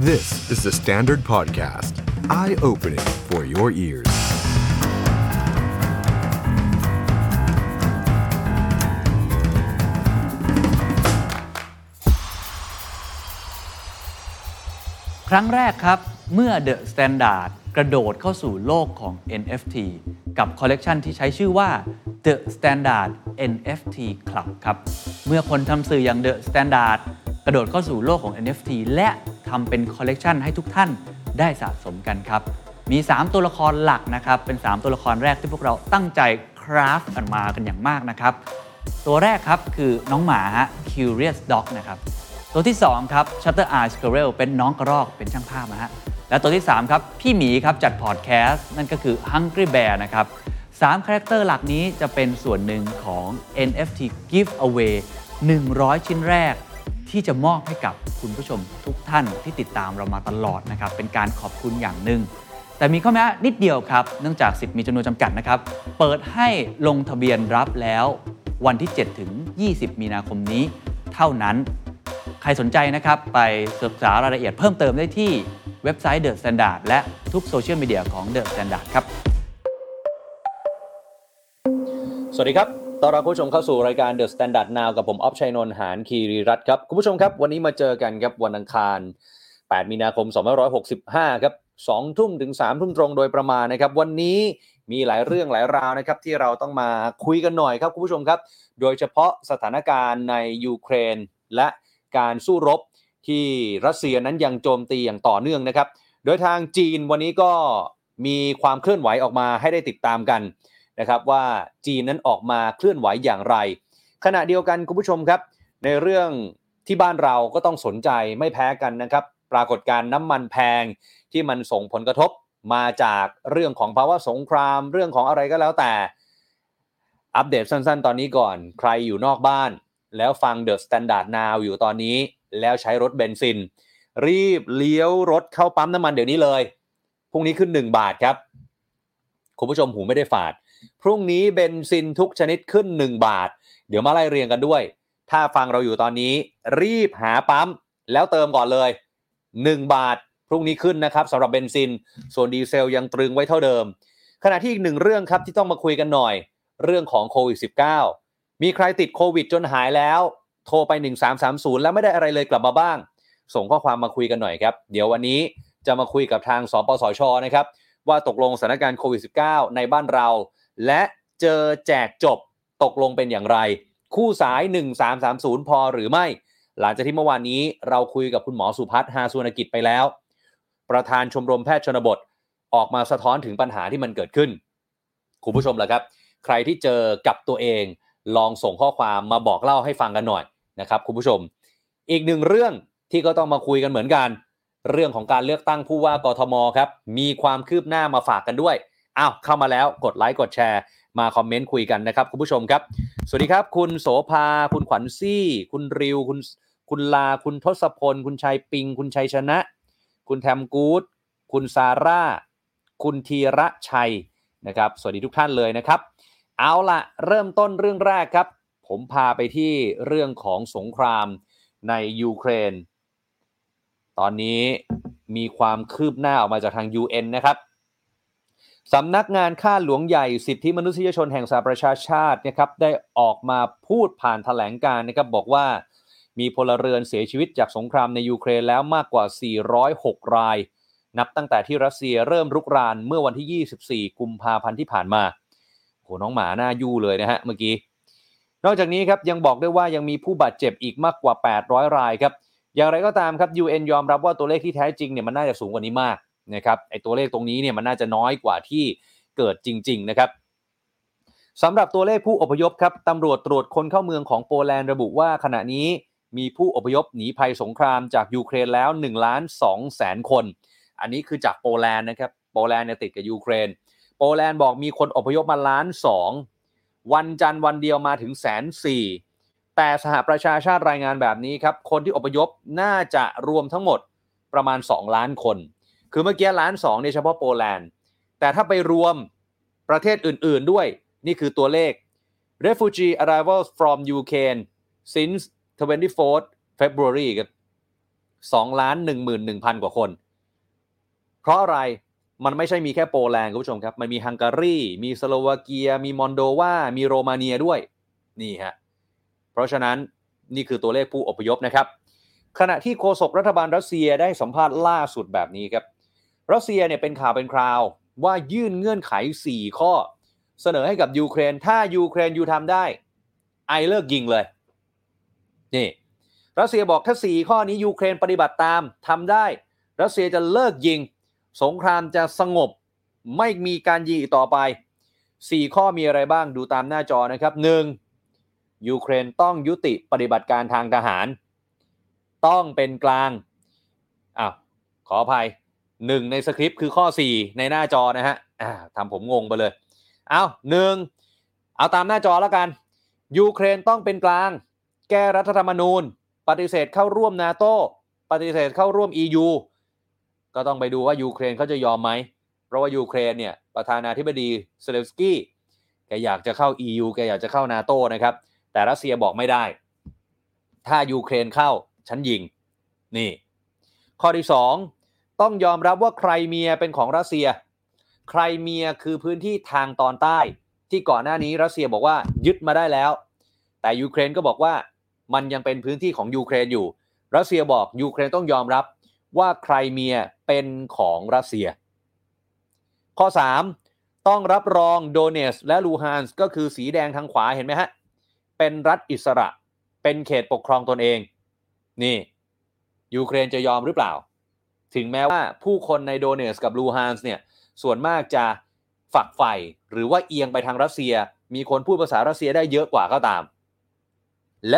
This is the Standard Podcast. Eye-opening for your ears. ครั้งแรกครับเมื่อ The Standard กระโดดเข้าสู่โลกของ NFT กับคอลเลกชันที่ใช้ชื่อว่า The Standard NFT Club ครับเมื่อคนทำสื่ออย่าง The Standard กระโดดเข้าสู่โลกของ NFT และทำเป็นคอลเลกชันให้ทุกท่านได้สะสมกันครับมี3ตัวละครหลักนะครับเป็น3ตัวละครแรกที่พวกเราตั้งใจคราฟกันมากันอย่างมากนะครับตัวแรกครับคือน้องหมาฮะ Curious Dog นะครับตัวที่2ครับ Shutter Eye Squirrel เป็นน้องกระรอกเป็นช่างภาพนะฮะและตัวที่3ครับพี่หมีครับจัดพอดแคสต์นั่นก็คือ Hungry Bear นะครับ3คาแรคเตอร์หลักนี้จะเป็นส่วนหนึ่งของ NFT Giveaway 100 ชิ้นแรกที่จะมอบให้กับคุณผู้ชมทุกท่านที่ติดตามเรามาตลอดนะครับเป็นการขอบคุณอย่างหนึ่งแต่มีข้อแม้นิดเดียวครับเนื่องจากสิทธิ์มีจำนวนจำกัดนะครับเปิดให้ลงทะเบียนรับแล้ววันที่7ถึง20มีนาคมนี้เท่านั้นใครสนใจนะครับไปศึกษารายละเอียดเพิ่มเติมได้ที่เว็บไซต์ The Standard และทุกโซเชียลมีเดียของ The Standard ครับสวัสดีครับต้อนรับผู้ชมเข้าสู่รายการ The Standard Now กับผมอ๊อฟชัยนนท์หานคีรีรัตน์ครับคุณผู้ชมครับวันนี้มาเจอกันครับวันอังคาร8มีนาคม2565ครับ2 ทุ่มถึง3 ทุ่มตรงโดยประมาณนะครับวันนี้มีหลายเรื่องหลายราวนะครับที่เราต้องมาคุยกันหน่อยครับคุณผู้ชมครับโดยเฉพาะสถานการณ์ในยูเครนและการสู้รบที่รัสเซียนั้นยังโจมตีอย่างต่อเนื่องนะครับโดยทางจีนวันนี้ก็มีความเคลื่อนไหวออกมาให้ได้ติดตามกันนะครับว่าจีนนั้นออกมาเคลื่อนไหวอย่างไรขณะเดียวกันคุณผู้ชมครับในเรื่องที่บ้านเราก็ต้องสนใจไม่แพ้กันนะครับปรากฏการณ์น้ำมันแพงที่มันส่งผลกระทบมาจากเรื่องของภาวะสงครามเรื่องของอะไรก็แล้วแต่อัปเดตสั้นๆตอนนี้ก่อนใครอยู่นอกบ้านแล้วฟัง The Standard Now อยู่ตอนนี้แล้วใช้รถเบนซินรีบเลี้ยวรถเข้าปั๊มน้ำมันเดี๋ยวนี้เลยพรุ่งนี้ขึ้น1 บาทครับคุณผู้ชมหูไม่ได้ฝาดพรุ่งนี้เบนซินทุกชนิดขึ้น1 บาทเดี๋ยวมาไล่เรียงกันด้วยถ้าฟังเราอยู่ตอนนี้รีบหาปั๊มแล้วเติมก่อนเลย1 บาทพรุ่งนี้ขึ้นนะครับสำหรับเบนซินส่วนดีเซลยังตรึงไว้เท่าเดิมขณะที่อีก1 เรื่องครับที่ต้องมาคุยกันหน่อยเรื่องของโควิด -19 มีใครติดโควิดจนหายแล้วโทรไป1330แล้วไม่ได้อะไรเลยกลับมาบ้างส่งข้อความมาคุยกันหน่อยครับเดี๋ยววันนี้จะมาคุยกับทางสปสช.นะครับว่าตกลงสถานการณ์โควิด -19 ในบ้านเราและเจอแจกจบตกลงเป็นอย่างไรคู่สาย1330พอหรือไม่หลังจากที่เมื่อวานนี้เราคุยกับคุณหมอสุพัฒน์ หาสุวรรณกิจไปแล้วประธานชมรมแพทย์ชนบทออกมาสะท้อนถึงปัญหาที่มันเกิดขึ้นคุณผู้ชมล่ะครับใครที่เจอกับตัวเองลองส่งข้อความมาบอกเล่าให้ฟังกันหน่อยนะครับคุณผู้ชมอีก1 เรื่องที่ก็ต้องมาคุยกันเหมือนกันเรื่องของการเลือกตั้งผู้ว่ากทมครับมีความคืบหน้ามาฝากกันด้วยเข้ามาแล้วกดไลค์กดแชร์มาคอมเมนต์คุยกันนะครับคุณผู้ชมครับสวัสดีครับคุณโสภาคุณขวัญซี่คุณริวคุณลาคุณทศพลคุณชัยปิงคุณชัยชนะคุณแทมกู๊ดคุณซาร่าคุณธีระชัยนะครับสวัสดีทุกท่านเลยนะครับเอาล่ะเริ่มต้นเรื่องแรกครับผมพาไปที่เรื่องของสงครามในยูเครนตอนนี้มีความคืบหน้าออกมาจากทาง UN นะครับสำนักงานข้าหลวงใหญ่สิทธิมนุษยชนแห่งสหประชาชาตินะครับได้ออกมาพูดผ่านแถลงการณ์นะครับบอกว่ามีพลเรือนเสียชีวิตจากสงครามในยูเครนแล้วมากกว่า406 รายนับตั้งแต่ที่รัสเซียเริ่มรุกรานเมื่อวันที่24 กุมภาพันธ์ที่ผ่านมาโหน้องหมาหน้ายู่เลยนะฮะเมื่อกี้นอกจากนี้ครับยังบอกได้ว่ายังมีผู้บาดเจ็บอีกมากกว่า800 รายครับอย่างไรก็ตามครับ UN ยอมรับว่าตัวเลขที่แท้จริงเนี่ยมันน่าจะสูงกว่านี้มากนะครับไอ้ตัวเลขตรงนี้เนี่ยมันน่าจะน้อยกว่าที่เกิดจริงๆนะครับสำหรับตัวเลขผู้อพยพครับตำรวจตรวจคนเข้าเมืองของโปแลนด์ระบุว่าขณะนี้มีผู้อพยพหนีภัยสงครามจากยูเครนแล้ว 1,200,000 คนอันนี้คือจากโปแลนด์นะครับโปแลนด์เนี่ยติดกับยูเครนโปแลนด์บอกมีคนอพยพมา1,200,000วันจันทร์วันเดียวมาถึง 140,000 แต่สหประชาชาติรายงานแบบนี้ครับคนที่อพยพน่าจะรวมทั้งหมดประมาณ2 ล้านคนคือเมื่อกี้1,200,000เนี่ยเฉพาะโปแลนด์แต่ถ้าไปรวมประเทศอื่นๆด้วยนี่คือตัวเลข Refugee arrivals from Ukraine since 24th February 2,110,000 กว่าคนเพราะอะไรมันไม่ใช่มีแค่โปแลนด์คุณผู้ชมครับมันมีฮังการีมีสโลวาเกียมีมอลโดวามีโรมาเนียด้วยนี่ฮะเพราะฉะนั้นนี่คือตัวเลขผู้อพยพนะครับขณะที่โฆษกรัฐบาลรัสเซียได้สัมภาษณ์ล่าสุดแบบนี้ครับรัสเซียเนี่ยเป็นข่าวเป็นคราวว่ายื่นเงื่อนไข4ข้อเสนอให้กับยูเครนถ้ายูเครนยูทำได้ไอเลิกยิงเลยนี่รัสเซียบอกถ้า4ข้อนี้ยูเครนปฏิบัติตามทำได้รัสเซียจะเลิกยิงสงครามจะสงบไม่มีการยิงอีกต่อไป4ข้อมีอะไรบ้างดูตามหน้าจอนะครับ1ยูเครนต้องยุติปฏิบัติการทางทหารต้องเป็นกลางขออภัย1ในสคริปต์คือข้อ4ในหน้าจอนะฮะทำผมงงไปเลยเอาตามหน้าจอแล้วกันยูเครนต้องเป็นกลางแก้รัฐธรรมนูญปฏิเสธเข้าร่วม NATO ปฏิเสธเข้าร่วม EU ก็ต้องไปดูว่ายูเครนเขาจะยอมไหมเพราะว่ายูเครนเนี่ยประธานาธิบดีเซเลนสกี้แกอยากจะเข้า EU แกอยากจะเข้า NATO นะครับแต่รัสเซียบอกไม่ได้ถ้ายูเครนเข้าฉันยิงนี่ข้อที่2ต้องยอมรับว่าไครเมียเป็นของรัสเซียไครเมียคือพื้นที่ทางตอนใต้ที่ก่อนหน้านี้รัสเซียบอกว่ายึดมาได้แล้วแต่ยูเครนก็บอกว่ามันยังเป็นพื้นที่ของยูเครนอยู่รัสเซียบอกยูเครนต้องยอมรับว่าไครเมียเป็นของรัสเซียข้อ3ต้องรับรองโดเนตส์และลูฮานส์ก็คือสีแดงทางขวาเห็นไหมฮะเป็นรัฐอิสระเป็นเขตปกครองตนเองนี่ยูเครนจะยอมหรือเปล่าถึงแม้ว่าผู้คนในโดเนตส์กับลูฮานส์เนี่ยส่วนมากจะฝักใฝ่หรือว่าเอียงไปทางรัสเซียมีคนพูดภาษารัสเซียได้เยอะกว่าก็ตามและ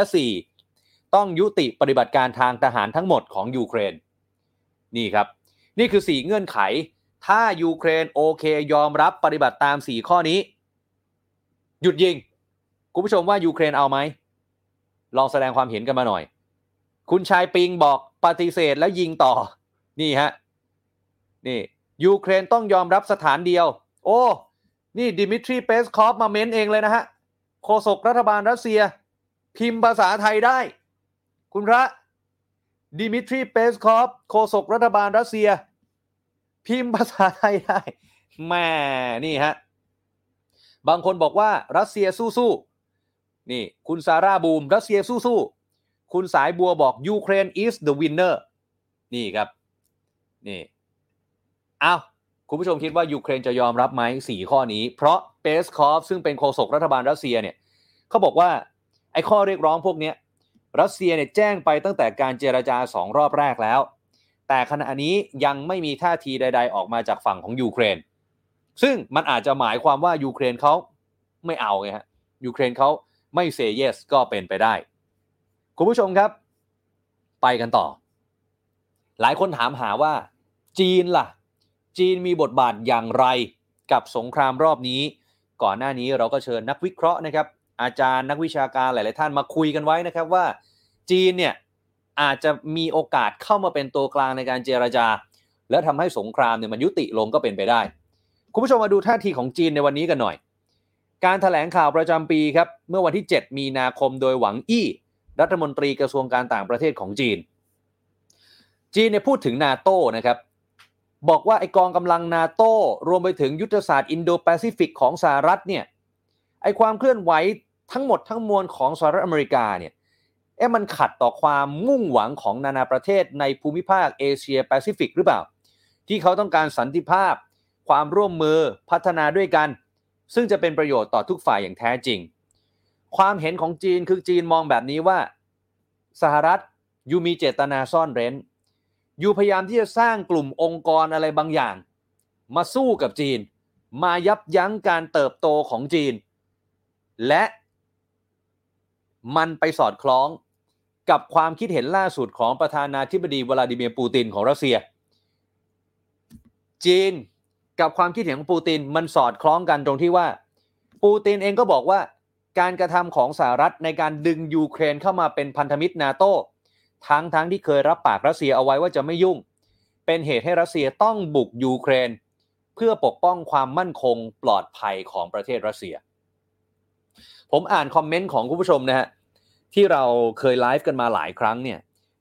4ต้องยุติปฏิบัติการทางทหารทั้งหมดของยูเครนนี่ครับนี่คือ4เงื่อนไขถ้ายูเครนโอเคยอมรับปฏิบัติตาม4ข้อนี้หยุดยิงคุณผู้ชมว่ายูเครนเอาไหมลองแสดงความเห็นกันมาหน่อยคุณชายปิงบอกปฏิเสธแล้วยิงต่อนี่ฮะนี่ยูเครนต้องยอมรับสถานเดียวโอ้นี่ดิมิทรีเปสคอฟมาเม้นเองเลยนะฮะโฆษกรัฐบาลรัสเซียพิมพ์ภาษาไทยได้คุณพระดิมิทรีเปสคอฟโฆษกรัฐบาลรัสเซียพิมพ์ภาษาไทยได้แม่นี่ฮะบางคนบอกว่ารัสเซียสู้ๆนี่คุณซาร่าบูมรัสเซียสู้ๆคุณสายบัวบอกยูเครน is the winner นี่ครับนี่คุณผู้ชมคิดว่ายูเครนจะยอมรับไหม4ข้อนี้เพราะเปสคอฟซึ่งเป็นโฆษกรัฐบาลรัสเซียเนี่ยเขาบอกว่าไอ้ข้อเรียกร้องพวกนี้รัสเซียเนี่ยแจ้งไปตั้งแต่การเจรจา2รอบแรกแล้วแต่ขณะนี้ยังไม่มีท่าทีใดๆออกมาจากฝั่งของยูเครนซึ่งมันอาจจะหมายความว่ายูเครนเขาไม่เอาไงฮะยูเครนเขาไม่เซย์เยสก็เป็นไปได้คุณผู้ชมครับไปกันต่อหลายคนถามหาว่าจีนล่ะจีนมีบทบาทอย่างไรกับสงครามรอบนี้ก่อนหน้านี้เราก็เชิญนักวิเคราะห์นะครับอาจารย์นักวิชาการหลายๆท่านมาคุยกันไว้นะครับว่าจีนเนี่ยอาจจะมีโอกาสเข้ามาเป็นตัวกลางในการเจรจาแล้วทำให้สงครามเนี่ยมันยุติลงก็เป็นไปได้คุณผู้ชมมาดูท่าทีของจีนในวันนี้กันหน่อยการแถลงข่าวประจำปีครับเมื่อวันที่7มีนาคมโดยหวังอี้รัฐมนตรีกระทรวงการต่างประเทศของจีนเนี่ยพูดถึง NATO นะครับบอกว่าไอกองกำลัง NATO รวมไปถึงยุทธศาสตร์อินโดแปซิฟิกของสหรัฐเนี่ยไอความเคลื่อนไหวทั้งหมดทั้งมวลของสหรัฐอเมริกาเนี่ยมันขัดต่อความมุ่งหวังของนานาประเทศในภูมิภาคเอเชียแปซิฟิกหรือเปล่าที่เขาต้องการสันติภาพความร่วมมือพัฒนาด้วยกันซึ่งจะเป็นประโยชน์ต่อทุกฝ่ายอย่างแท้จริงความเห็นของจีนคือจีนมองแบบนี้ว่าสหรัฐอยู่มีเจตนาซ่อนเร้นอยู่พยายามที่จะสร้างกลุ่มองค์กรอะไรบางอย่างมาสู้กับจีนมายับยั้งการเติบโตของจีนและมันไปสอดคล้องกับความคิดเห็นล่าสุดของประธานาธิบดีวลาดิเมียร์ปูตินของรัสเซียจีนกับความคิดเห็นของปูตินมันสอดคล้องกันตรงที่ว่าปูตินเองก็บอกว่าการกระทำของสหรัฐในการดึงยูเครนเข้ามาเป็นพันธมิตร NATO ทั้งที่เคยรับปากรัสเซียเอาไว้ว่าจะไม่ยุ่งเป็นเหตุให้รัสเซียต้องบุกยูเครนเพื่อปกป้องความมั่นคงปลอดภัยของประเทศรัสเซียผมอ่านคอมเมนต์ของคุณผู้ชมนะฮะที่เราเคยไลฟ์กันมาหลายครั้งเนี่ย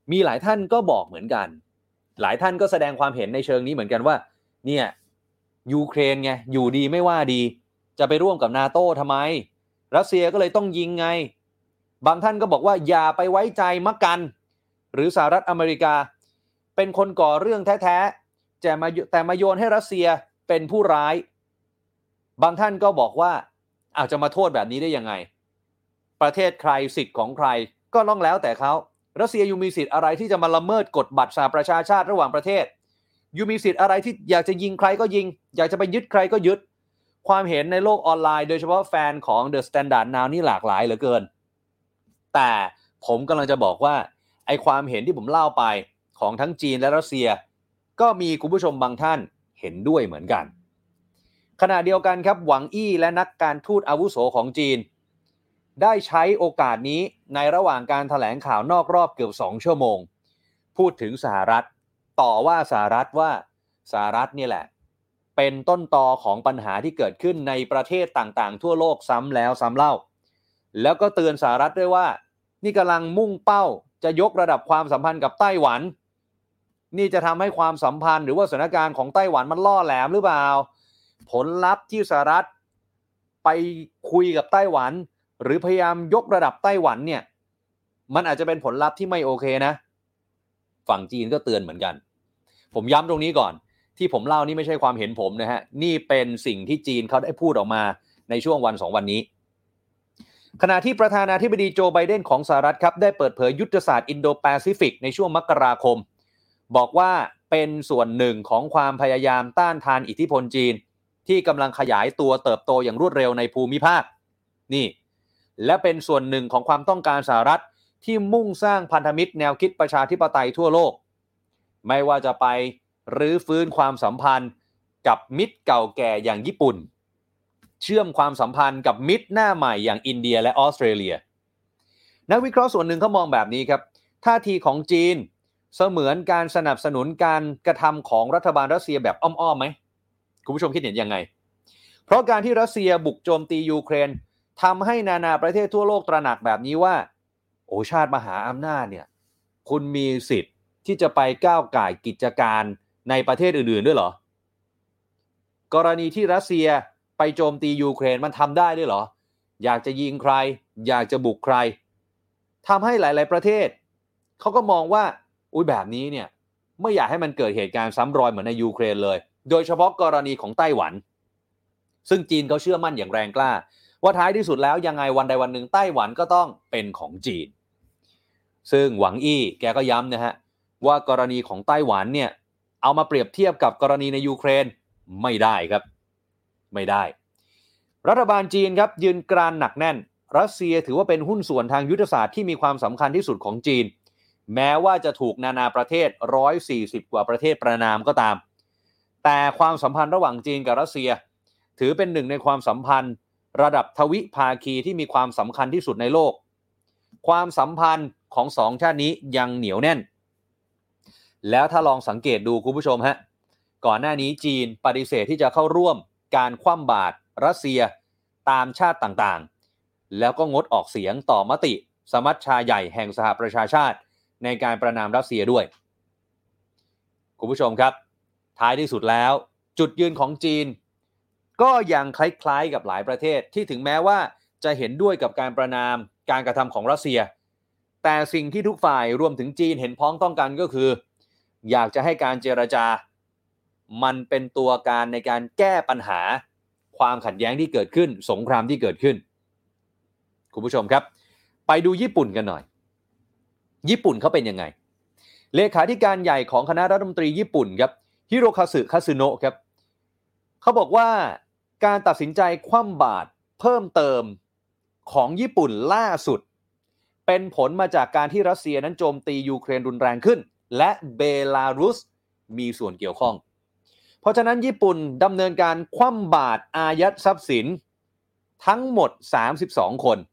มีหลายท่านก็บอกเหมือนกันหลายท่านก็แสดงความเห็นในเชิงนี้เหมือนกันว่าเนี่ยยูเครนไงอยู่ดีไม่ว่าดีจะไปร่วมกับ NATO ทำไมรัสเซียก็เลยต้องยิงไงบางท่านก็บอกว่าอย่าไปไว้ใจมักกันหรือสหรัฐอเมริกาเป็นคนก่อเรื่องแท้ๆแต่มาโยนให้รัสเซียเป็นผู้ร้ายบางท่านก็บอกว่าอาจจะมาโทษแบบนี้ได้ยังไงประเทศใครสิทธิ์ของใครก็ต้องแล้วแต่เขารัสเซียอยู่มีสิทธิ์อะไรที่จะมาละเมิดกฎบัตรสหประชาชาติระหว่างประเทศอยู่มีสิทธิ์อะไรที่อยากจะยิงใครก็ยิงอยากจะไปยึดใครก็ยึดความเห็นในโลกออนไลน์โดยเฉพาะแฟนของ The Standard Now นี่หลากหลายเหลือเกินแต่ผมกำลังจะบอกว่าไอ้ความเห็นที่ผมเล่าไปของทั้งจีนและรัสเซียก็มีคุณผู้ชมบางท่านเห็นด้วยเหมือนกันขณะเดียวกันครับหวังอี้และนักการทูตอาวุโสของจีนได้ใช้โอกาสนี้ในระหว่างการแถลงข่าวนอกรอบเกือบ2 ชั่วโมงพูดถึงสหรัฐต่อว่าสหรัฐว่าสหรัฐนี่แหละเป็นต้นตอของปัญหาที่เกิดขึ้นในประเทศต่างๆทั่วโลกซ้ำแล้วซ้ำเล่าแล้วก็เตือนสหรัฐด้วยว่านี่กำลังมุ่งเป้าจะยกระดับความสัมพันธ์กับไต้หวันนี่จะทำให้ความสัมพันธ์หรือว่าสถานการณ์ของไต้หวันมันล่อแหลมหรือเปล่าผลลัพธ์ที่สหรัฐไปคุยกับไต้หวันหรือพยายามยกระดับไต้หวันเนี่ยมันอาจจะเป็นผลลัพธ์ที่ไม่โอเคนะฝั่งจีนก็เตือนเหมือนกันผมย้ำตรงนี้ก่อนที่ผมเล่านี่ไม่ใช่ความเห็นผมนะฮะนี่เป็นสิ่งที่จีนเขาได้พูดออกมาในช่วงวัน2 วันนี้ขณะที่ประธานาธิบดีโจไบเดนของสหรัฐครับได้เปิดเผยยุทธศาสตร์อินโดแปซิฟิกในช่วงมกราคมบอกว่าเป็นส่วนหนึ่งของความพยายามต้านทานอิทธิพลจีนที่กำลังขยายตัวเติบโตอย่างรวดเร็วในภูมิภาคนี่และเป็นส่วนหนึ่งของความต้องการสหรัฐที่มุ่งสร้างพันธมิตรแนวคิดประชาธิปไตยทั่วโลกไม่ว่าจะไปรื้อฟื้นความสัมพันธ์กับมิตรเก่าแก่อย่างญี่ปุ่นเชื่อมความสัมพันธ์กับมิตรหน้าใหม่อย่างอินเดียและออสเตรเลียนักวิเคราะห์ส่วนหนึ่งเขามองแบบนี้ครับท่าทีของจีนเสมือนการสนับสนุนการกระทำของรัฐบาลรัสเซียแบบอ้อมๆไหมคุณผู้ชมคิดเห็นยังไงเพราะการที่รัสเซียบุกโจมตียูเครนทำให้นานาประเทศทั่วโลกตระหนักแบบนี้ว่าโอ้ชาติมหาอำนาจเนี่ยคุณมีสิทธิ์ที่จะไปก้าวก่ายกิจการในประเทศอื่นๆด้วยเหรอกรณีที่รัสเซียไปโจมตียูเครนมันทำได้ด้วยเหรออยากจะยิงใครอยากจะบุกใครทำให้หลายๆประเทศเขาก็มองว่าอุ๊ยแบบนี้เนี่ยไม่อยากให้มันเกิดเหตุการณ์ซ้ำรอยเหมือนในยูเครนเลยโดยเฉพาะกรณีของไต้หวันซึ่งจีนเขาเชื่อมั่นอย่างแรงกล้าว่าท้ายที่สุดแล้วยังไงวันใดวันหนึ่งไต้หวันก็ต้องเป็นของจีนซึ่งหวังอี้แกก็ย้ำนะฮะว่ากรณีของไต้หวันเนี่ยเอามาเปรียบเทียบกับกรณีในยูเครนไม่ได้ครับไม่ได้รัฐบาลจีนครับยืนกรานหนักแน่นรัสเซียถือว่าเป็นหุ้นส่วนทางยุทธศาสตร์ที่มีความสำคัญที่สุดของจีนแม้ว่าจะถูกนานาประเทศ140กว่าประเทศประณามก็ตามแต่ความสัมพันธ์ระหว่างจีนกับรัสเซียถือเป็นหนึ่งในความสัมพันธ์ระดับทวิภาคีที่มีความสำคัญที่สุดในโลกความสัมพันธ์ของสองชาตินี้ยังเหนียวแน่นแล้วถ้าลองสังเกตดูคุณผู้ชมฮะก่อนหน้านี้จีนปฏิเสธที่จะเข้าร่วมการคว่ำบาตรรัสเซียตามชาติต่างๆแล้วก็งดออกเสียงต่อมติสมัชชาใหญ่แห่งสหประชาชาติในการประณามรัสเซียด้วยคุณผู้ชมครับท้ายที่สุดแล้วจุดยืนของจีนก็ยังคล้ายๆกับหลายประเทศที่ถึงแม้ว่าจะเห็นด้วยกับการประณามการกระทำของรัสเซียแต่สิ่งที่ทุกฝ่ายรวมถึงจีนเห็นพ้องต้องกันก็คืออยากจะให้การเจรจามันเป็นตัวการในการแก้ปัญหาความขัดแย้งที่เกิดขึ้นสงครามที่เกิดขึ้นคุณผู้ชมครับไปดูญี่ปุ่นกันหน่อยญี่ปุ่นเขาเป็นยังไงเลขาธิการใหญ่ของคณะรัฐมนตรีญี่ปุ่นครับฮิโรคาสึคาซึโนะครับเขาบอกว่าการตัดสินใจคว่ำบาตรเพิ่มเติมของญี่ปุ่นล่าสุดเป็นผลมาจากการที่รัสเซียนั้นโจมตียูเครนรุนแรงขึ้นและเบลารุสมีส่วนเกี่ยวข้องเพราะฉะนั้นญี่ปุ่นดำเนินการคว่ำบาตรอายัดทรัพย์สินทั้งหมด32คน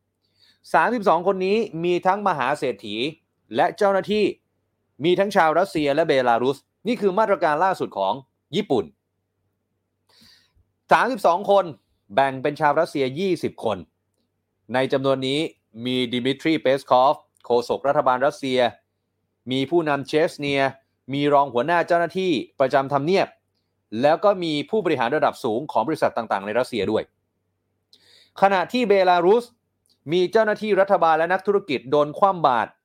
32คนนี้มีทั้งมหาเศรษฐีและเจ้าหน้าที่มีทั้งชาวรัสเซียและเบลารุสนี่คือมาตรการล่าสุดของญี่ปุ่น32คนแบ่งเป็นชาวรัสเซีย20คนในจำนวนนี้มีดิมิทรีเปสคอฟโฆษกรัฐบาลรัสเซียมีผู้นำเชสเนียมีรองหัวหน้าเจ้าหน้าที่ประจำทำเนียบแล้วก็มีผู้บริหารระดับสูงของบริษัทต่างๆในรัสเซียด้วยขณะที่เบลารุสมีเจ้าหน้าที่รัฐบาลและนักธุรกิจโดนคว่ำบาตร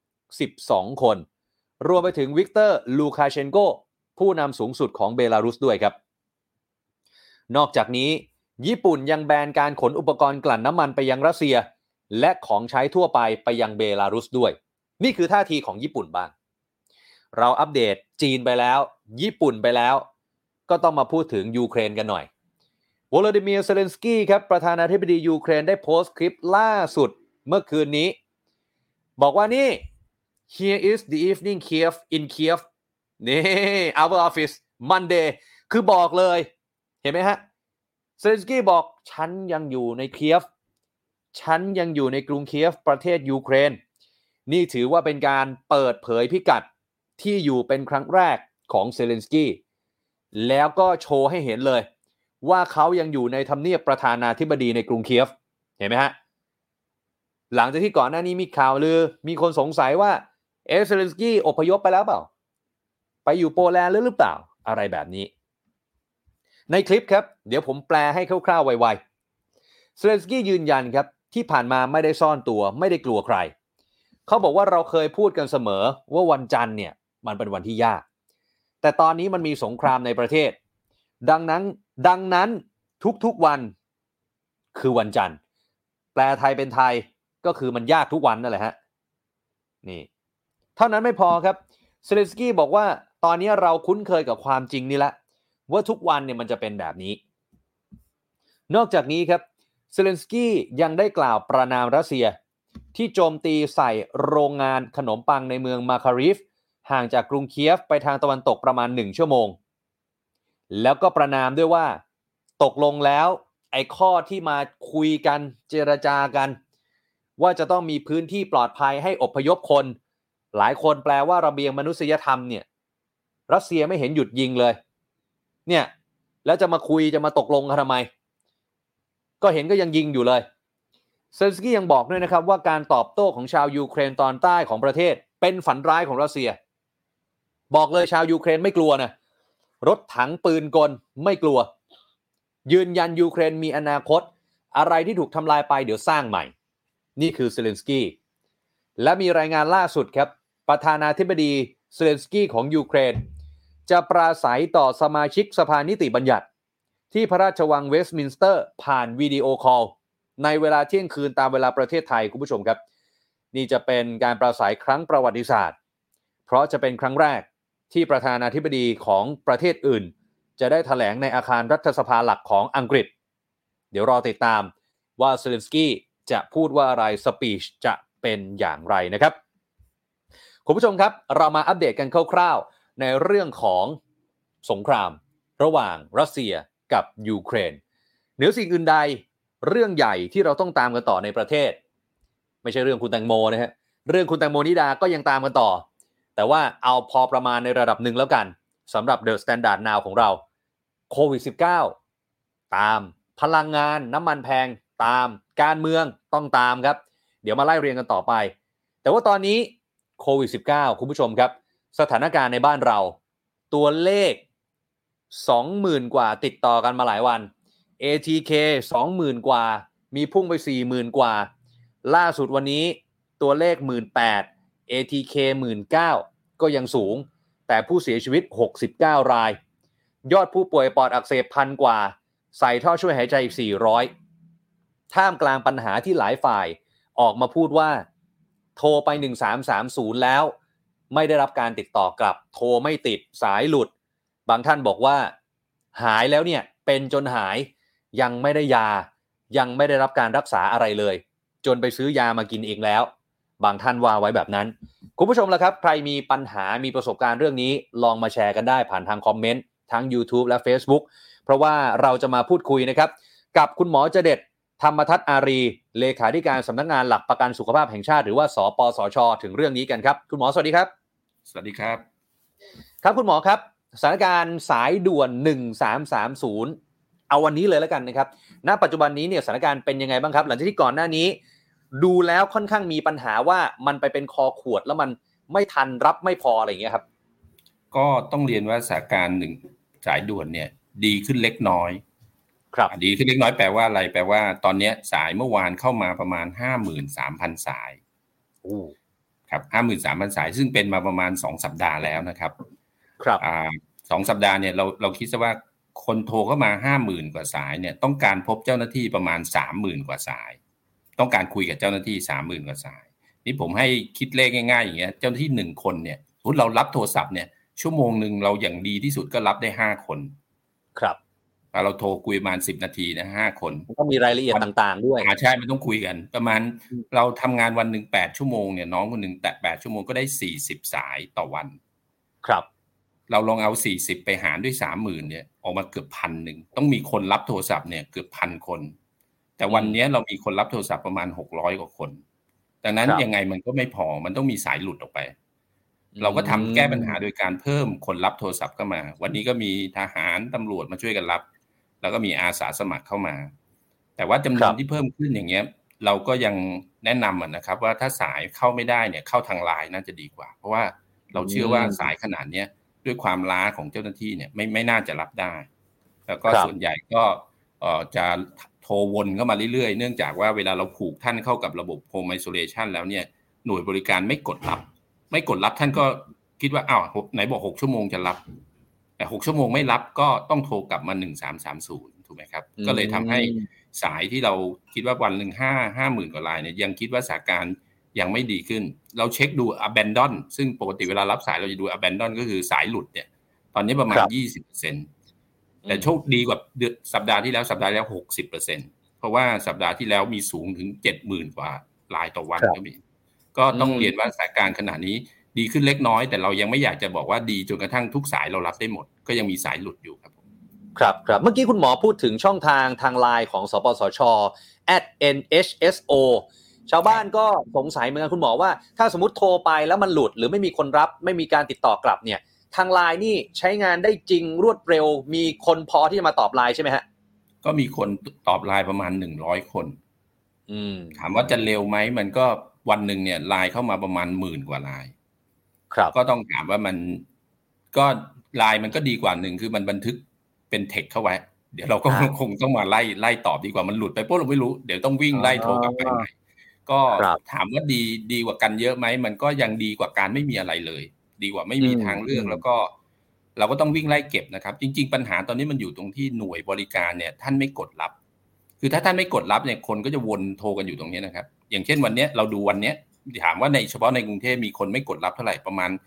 12 คนรวมไปถึงวิกเตอร์ลูคาเชนโกผู้นำสูงสุดของเบลารุสด้วยครับนอกจากนี้ญี่ปุ่นยังแบนการขนอุปกรณ์กลั่นน้ำมันไปยังรัสเซียและของใช้ทั่วไปยังเบลารุสด้วยนี่คือท่าทีของญี่ปุ่นบ้างเราอัปเดตจีนไปแล้วญี่ปุ่นไปแล้วก็ต้องมาพูดถึงยูเครนกันหน่อยวโลดิเมียร์ เซเลนสกี้ครับประธานาธิบดียูเครนได้โพสต์คลิปล่าสุดเมื่อคืนนี้บอกว่านี่ Here is the evening Kiev in Kiev นี่ our office Monday คือบอกเลยเห็นไหมฮะเซเลนสกี้บอกฉันยังอยู่ในเคียฟฉันยังอยู่ในกรุงเคียฟประเทศยูเครนนี่ถือว่าเป็นการเปิดเผยพิกัดที่อยู่เป็นครั้งแรกของเซเลนสกี้แล้วก็โชว์ให้เห็นเลยว่าเขายังอยู่ในทำเนียบประธานาธิบดีในกรุงเคียฟเห็นไหมฮะหลังจากที่ก่อนหน้านี้มีข่าวลือมีคนสงสัยว่าเซเลนสกี้อพยพไปแล้วเปล่าไปอยู่โปแลนด์หรือเปล่าอะไรแบบนี้ในคลิปครับเดี๋ยวผมแปลให้คร่าวๆไวๆเซเลนสกี้ยืนยันครับที่ผ่านมาไม่ได้ซ่อนตัวไม่ได้กลัวใครเขาบอกว่าเราเคยพูดกันเสมอว่าวันจันทร์เนี่ยมันเป็นวันที่ยากแต่ตอนนี้มันมีสงครามในประเทศดังนั้นทุกๆวันคือวันจันทร์แปลไทยเป็นไทยก็คือมันยากทุกวันนั่นแหละฮะนี่เท่านั้นไม่พอครับเซเลนสกี้บอกว่าตอนนี้เราคุ้นเคยกับความจริงนี่ละว่าทุกวันเนี่ยมันจะเป็นแบบนี้นอกจากนี้ครับเซเลนสกี้ยังได้กล่าวประณามรัสเซียที่โจมตีใส่โรงงานขนมปังในเมืองมาคาริฟห่างจากกรุงเคียฟไปทางตะวันตกประมาณ1 ชั่วโมงแล้วก็ประณามด้วยว่าตกลงแล้วไอ้ข้อที่มาคุยกันเจรจากันว่าจะต้องมีพื้นที่ปลอดภัยให้อพยพคนหลายคนแปลว่าระเบียงมนุษยธรรมเนี่ยรัสเซียไม่เห็นหยุดยิงเลยเนี่ยแล้วจะมาคุยจะมาตกลงกันทำไมก็เห็นก็ยังยิงอยู่เลยเซเลนสกี้ยังบอกด้วยนะครับว่าการตอบโต้ของชาวยูเครนตอนใต้ของประเทศเป็นฝันร้ายของรัสเซียบอกเลยชาวยูเครนไม่กลัวนะรถถังปืนกลไม่กลัวยืนยันยูเครนมีอนาคตอะไรที่ถูกทำลายไปเดี๋ยวสร้างใหม่นี่คือเซเลนสกี้และมีรายงานล่าสุดครับประธานาธิบดีเซเลนสกี้ของยูเครนจะปราศัยต่อสมาชิกสภานิติบัญญัติที่พระราชวังเวสต์มินสเตอร์ผ่านวิดีโอคอลในเวลาเที่ยงคืนตามเวลาประเทศไทยคุณผู้ชมครับนี่จะเป็นการปราศัยครั้งประวัติศาสตร์เพราะจะเป็นครั้งแรกที่ประธานาธิบดีของประเทศอื่นจะได้แถลงในอาคารรัฐสภาหลักของอังกฤษเดี๋ยวรอติดตามว่าเซเลนสกี้จะพูดว่าอะไรสปีชจะเป็นอย่างไรนะครับคุณผู้ชมครับเรามาอัปเดตกันคร่าวๆในเรื่องของสงครามระหว่างรัสเซียกับยูเครนเหนือสิ่งอื่นใดเรื่องใหญ่ที่เราต้องตามกันต่อในประเทศไม่ใช่เรื่องคุณแตงโมนะฮะเรื่องคุณแตงโมนิดาก็ยังตามกันต่อแต่ว่าเอาพอประมาณในระดับหนึ่งแล้วกันสำหรับ The Standard Now ของเราโควิด -19 ตามพลังงานน้ำมันแพงตามการเมืองต้องตามครับเดี๋ยวมาไล่เรียงกันต่อไปแต่ว่าตอนนี้โควิด -19 คุณผู้ชมครับสถานการณ์ในบ้านเราตัวเลข 20,000 กว่าติดต่อกันมาหลายวัน ATK 20,000 กว่ามีพุ่งไป 40,000 กว่าล่าสุดวันนี้ตัวเลข 18,000 ATK 19,000 ก็ยังสูงแต่ผู้เสียชีวิต69 รายยอดผู้ป่วยปอดอักเสบ1,000 กว่าใส่ท่อช่วยหายใจอีก400ท่ามกลางปัญหาที่หลายฝ่ายออกมาพูดว่าโทรไป1330แล้วไม่ได้รับการติดต่อกลับโทรไม่ติดสายหลุดบางท่านบอกว่าหายแล้วเนี่ยเป็นจนหายยังไม่ได้ยายังไม่ได้รับการรักษาอะไรเลยจนไปซื้อยามากินเองแล้วบางท่านว่าไว้แบบนั้นคุณผู้ชมล่ะครับใครมีปัญหามีประสบการณ์เรื่องนี้ลองมาแชร์กันได้ผ่านทางคอมเมนต์ทั้ง YouTube และ Facebook เพราะว่าเราจะมาพูดคุยนะครับกับคุณหมอจเด็ดธรรมทัศน์อารีเลขาธิการสำนักงานหลักประกันสุขภาพแห่งชาติหรือว่าสปสช.ถึงเรื่องนี้กันครับคุณหมอสวัสดีครับสวัสดีครับครับคุณหมอครับสถานการณ์สายด่วน1330เอาวันนี้เลยแล้วกันนะครับณปัจจุบันนี้เนี่ยสถานการณ์เป็นยังไงบ้างครับหลังจากที่ก่อนหน้านี้ดูแล้วค่อนข้างมีปัญหาว่ามันไปเป็นคอขวดแล้วมันไม่ทันรับไม่พออะไรอย่างเงี้ยครับก็ต้องเรียนว่าสถานการณ์1สายด่วนเนี่ยดีขึ้นเล็กน้อยครับดีขึ้นเล็กน้อยแปลว่าอะไรแปลว่าตอนนี้สายเมื่อวานเข้ามาประมาณ 53,000 สายครับ 53,000 สายซึ่งเป็นมาประมาณ2สัปดาห์แล้วนะครับครับ 2สัปดาห์เนี่ยเราคิดซะว่าคนโทรเข้ามา 50,000 กว่าสายเนี่ยต้องการพบเจ้าหน้าที่ประมาณ 30,000 กว่าสายต้องการคุยกับเจ้าหน้าที่ 30,000 กว่าสายนี่ผมให้คิดเลขง่ายๆอย่างเงี้ยเจ้าหน้าที่1คนเนี่ยสมมุติเรารับโทรศัพท์เนี่ยชั่วโมงนึงเราอย่างดีที่สุดก็รับได้5คนครับเราโทรคุยประมาณ10นาทีนะ5คนต้องมีรายละเอียดต่างๆด้วยใช่มันต้องคุยกันประมาณเราทำงานวันนึง8ชั่วโมงเนี่ยน้องคนนึงแต่8ชั่วโมงก็ได้40สายต่อวันครับเราลองเอา40ไปหารด้วย 30,000 เนี่ยออกมาเกือบ 1,000 ต้องมีคนรับโทรศัพท์เนี่ยเกือบ 1,000 คนแต่วันนี้เรามีคนรับโทรศัพท์ประมาณ600กว่าคนดังนั้นยังไงมันก็ไม่พอมันต้องมีสายหลุดออกไปเราก็ทำแก้ปัญหาโดยการเพิ่มคนรับโทรศัพท์เข้ามาวันนี้ก็มีทหารตำรวจมาช่วยกันรับแล้วก็มีอาสาสมัครเข้ามาแต่ว่าจำนวนที่เพิ่มขึ้นอย่างเงี้ยเราก็ยังแนะนำนะครับว่าถ้าสายเข้าไม่ได้เนี่ยเข้าทางไลน์น่าจะดีกว่าเพราะว่าเราเชื่อว่าสายขนาดเนี้ยด้วยความล้าของเจ้าหน้าที่เนี่ยไม่น่าจะรับได้แล้วก็ส่วนใหญ่ก็จะโทรวนเข้ามาเรื่อยๆเนื่องจากว่าเวลาเราผูกท่านเข้ากับระบบ Home Isolation แล้วเนี่ยหน่วยบริการไม่กดรับท่านก็คิดว่าอ้าวไหนบอก6ชั่วโมงจะรับแต่6ชั่วโมงไม่รับก็ต้องโทรกลับมา1330ถูกไหมครับก็เลยทำให้สายที่เราคิดว่าวันนึง50,000 กว่ารายเนี่ยยังคิดว่าสถานการณ์ยังไม่ดีขึ้นเราเช็คดู abandon ซึ่งปกติเวลารับสายเราจะดู abandon ก็คือสายหลุดเนี่ยตอนนี้ประมาณ 20% แต่โชคดีกว่าสัปดาห์ที่แล้ว 60% เพราะว่าสัปดาห์ที่แล้วมีสูงถึง 70,000 กว่ารายต่อวันก็มีก็ต้องเรียนว่าสถานการณ์ขณะนี้ดีขึ้นเล็กน้อยแต่เรายังไม่อยากจะบอกว่าดีจนกระทั่งทุกสายเรารับได้หมดก็ยังมีสายหลุดอยู่ครับครับเมื่อกี้คุณหมอพูดถึงช่องทางไลน์ของสปสช @nhso ชาวบ้านก็สงสัยเหมือนกันคุณหมอว่าถ้าสมมุติโทรไปแล้วมันหลุดหรือไม่มีคนรับไม่มีการติดต่อกลับเนี่ยทางไลน์นี่ใช้งานได้จริงรวดเร็วมีคนพอที่จะมาตอบไลน์ใช่ไหมฮะก็มีคนตอบไลน์ประมาณ100คนถามว่าจะเร็วไหมมันก็วันหนึ่งเนี่ยไลน์เข้ามาประมาณ10,000 กว่าไลน์ก็ต้องถามว่ามันก็ไลน์มันก็ดีกว่าหนึ่งคือมันบันทึกเป็นเทคเข้าไว้เดี๋ยวเราก็คงต้องมาไล่ตอบดีกว่ามันหลุดไปปุ๊บเราไม่รู้เดี๋ยวต้องวิ่งไล่โทรกลับไปใหม่ก็ถามว่าดีกว่ากันเยอะไหมมันก็ยังดีกว่าการไม่มีอะไรเลยดีกว่าไม่มีทางเลือกแล้วก็เราก็ต้องวิ่งไล่เก็บนะครับจริงๆปัญหาตอนนี้มันอยู่ตรงที่หน่วยบริการเนี่ยท่านไม่กดรับคือถ้าท่านไม่กดรับเนี่ยคนก็จะวนโทรกันอยู่ตรงนี้นะครับอย่างเช่นวันนี้เราดูวันนี้ถามว่าเฉพาะในกรุงเทพมีคนไม่กดรับเท่าไหร่ประมาณ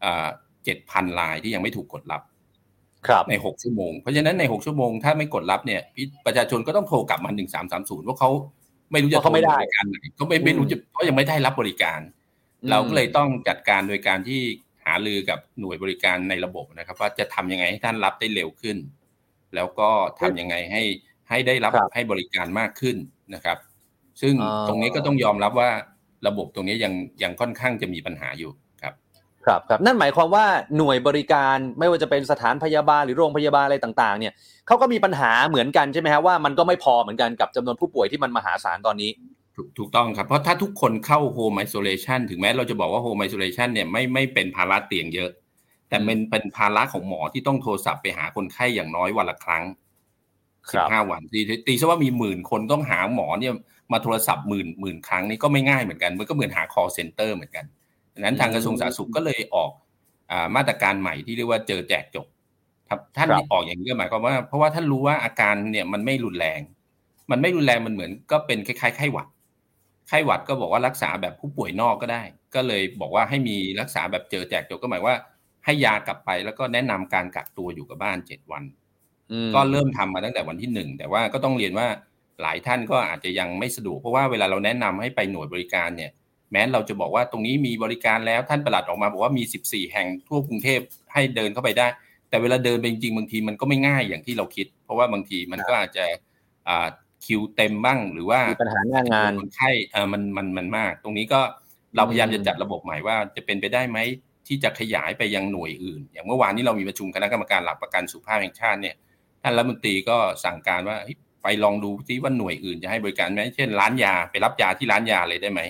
7,000 รายที่ยังไม่ถูกกดรับใน6ชั่วโมงเพราะฉะนั้นใน6ชั่วโมงถ้าไม่กดรับเนี่ยประชาชนก็ต้องโทรกลับมา1330เพราะเขาไม่รู้จะโทรบริการไหนเขาไม่รู้จะเพราะยังไม่ได้รับบริการเราก็เลยต้องจัดการโดยการที่หารือกับหน่วยบริการในระบบนะครับว่าจะทำยังไงให้ท่านรับได้เร็วขึ้นแล้วก็ทำยังไงให้ได้รับให้บริการมากขึ้นนะครับซึ่งตรงนี้ก็ต้องยอมรับว่าระบบตรงนี้ยังค่อนข้างจะมีปัญหาอยู่ครับนั่นหมายความว่าหน่วยบริการไม่ว่าจะเป็นสถานพยาบาลหรือโรงพยาบาลอะไรต่างๆเนี่ยเขาก็มีปัญหาเหมือนกันใช่ไหมฮะว่ามันก็ไม่พอเหมือนกันกับจำนวนผู้ป่วยที่มันมหาศาลตอนนี้ถูกต้องครับเพราะถ้าทุกคนเข้า Home Isolation ถึงแม้เราจะบอกว่า Home Isolation เนี่ยไม่เป็นภาระเตียงเยอะแต่มันเป็นภาระของหมอที่ต้องโทรศัพท์ไปหาคนไข้อย่างน้อยวันละครั้ง15 วันตีซะว่ามี10,000 คนต้องหาหมอเนี่ยมาโทรศัพท์หมื่นครั้งนี่ก็ไม่ง่ายเหมือนกันมันก็เหมือนหา call center เหมือนกันดังนั้นทางกระทรวงสาธารณสุขก็เลยออกมาตรการใหม่ที่เรียกว่าเจอแจกจบท่านออกอย่างนี้หมายความว่าเพราะว่าท่านรู้ว่าอาการเนี่ยมันไม่รุนแรงมันเหมือนก็เป็นคล้ายๆไข้หวัดก็บอกว่ารักษาแบบผู้ป่วยนอกก็ได้ก็เลยบอกว่าให้มีรักษาแบบเจอแจกจบก็หมายว่าให้ยากลับไปแล้วก็แนะนำการกักตัวอยู่กับบ้าน7 วันก็เริ่มทำมาตั้งแต่วันที่1แต่ว่าก็ต้องเรียนว่าหลายท่านก็อาจจะยังไม่สะดวกเพราะว่าเวลาเราแนะนำให้ไปหน่วยบริการเนี่ยแม้เราจะบอกว่าตรงนี้มีบริการแล้วท่านปลัดออกมาบอกว่ามี14 แห่งทั่วกรุงเทพให้เดินเข้าไปได้แต่เวลาเดินไปจริงๆบางทีมันก็ไม่ง่ายอย่างที่เราคิดเพราะว่าบางทีมันก็อาจจะคิวเต็มบ้างหรือว่ามีปัญหาหน้างานคนไข้มันมากตรงนี้ก็เราพยายามจะจัดระบบใหม่ว่าจะเป็นไปได้ไหมที่จะขยายไปยังหน่วยอื่นอย่างเมื่อวานนี้เรามีประชุมคณะกรรมการหลักประกันสุขภาพแห่งชาติเนี่ยท่านรัฐมนตรีก็สั่งการว่าไปลองดูซิว่าหน่วยอื่นจะให้บริการไหมเช่นร้านยาไปรับยาที่ร้านยาเลยได้ไหม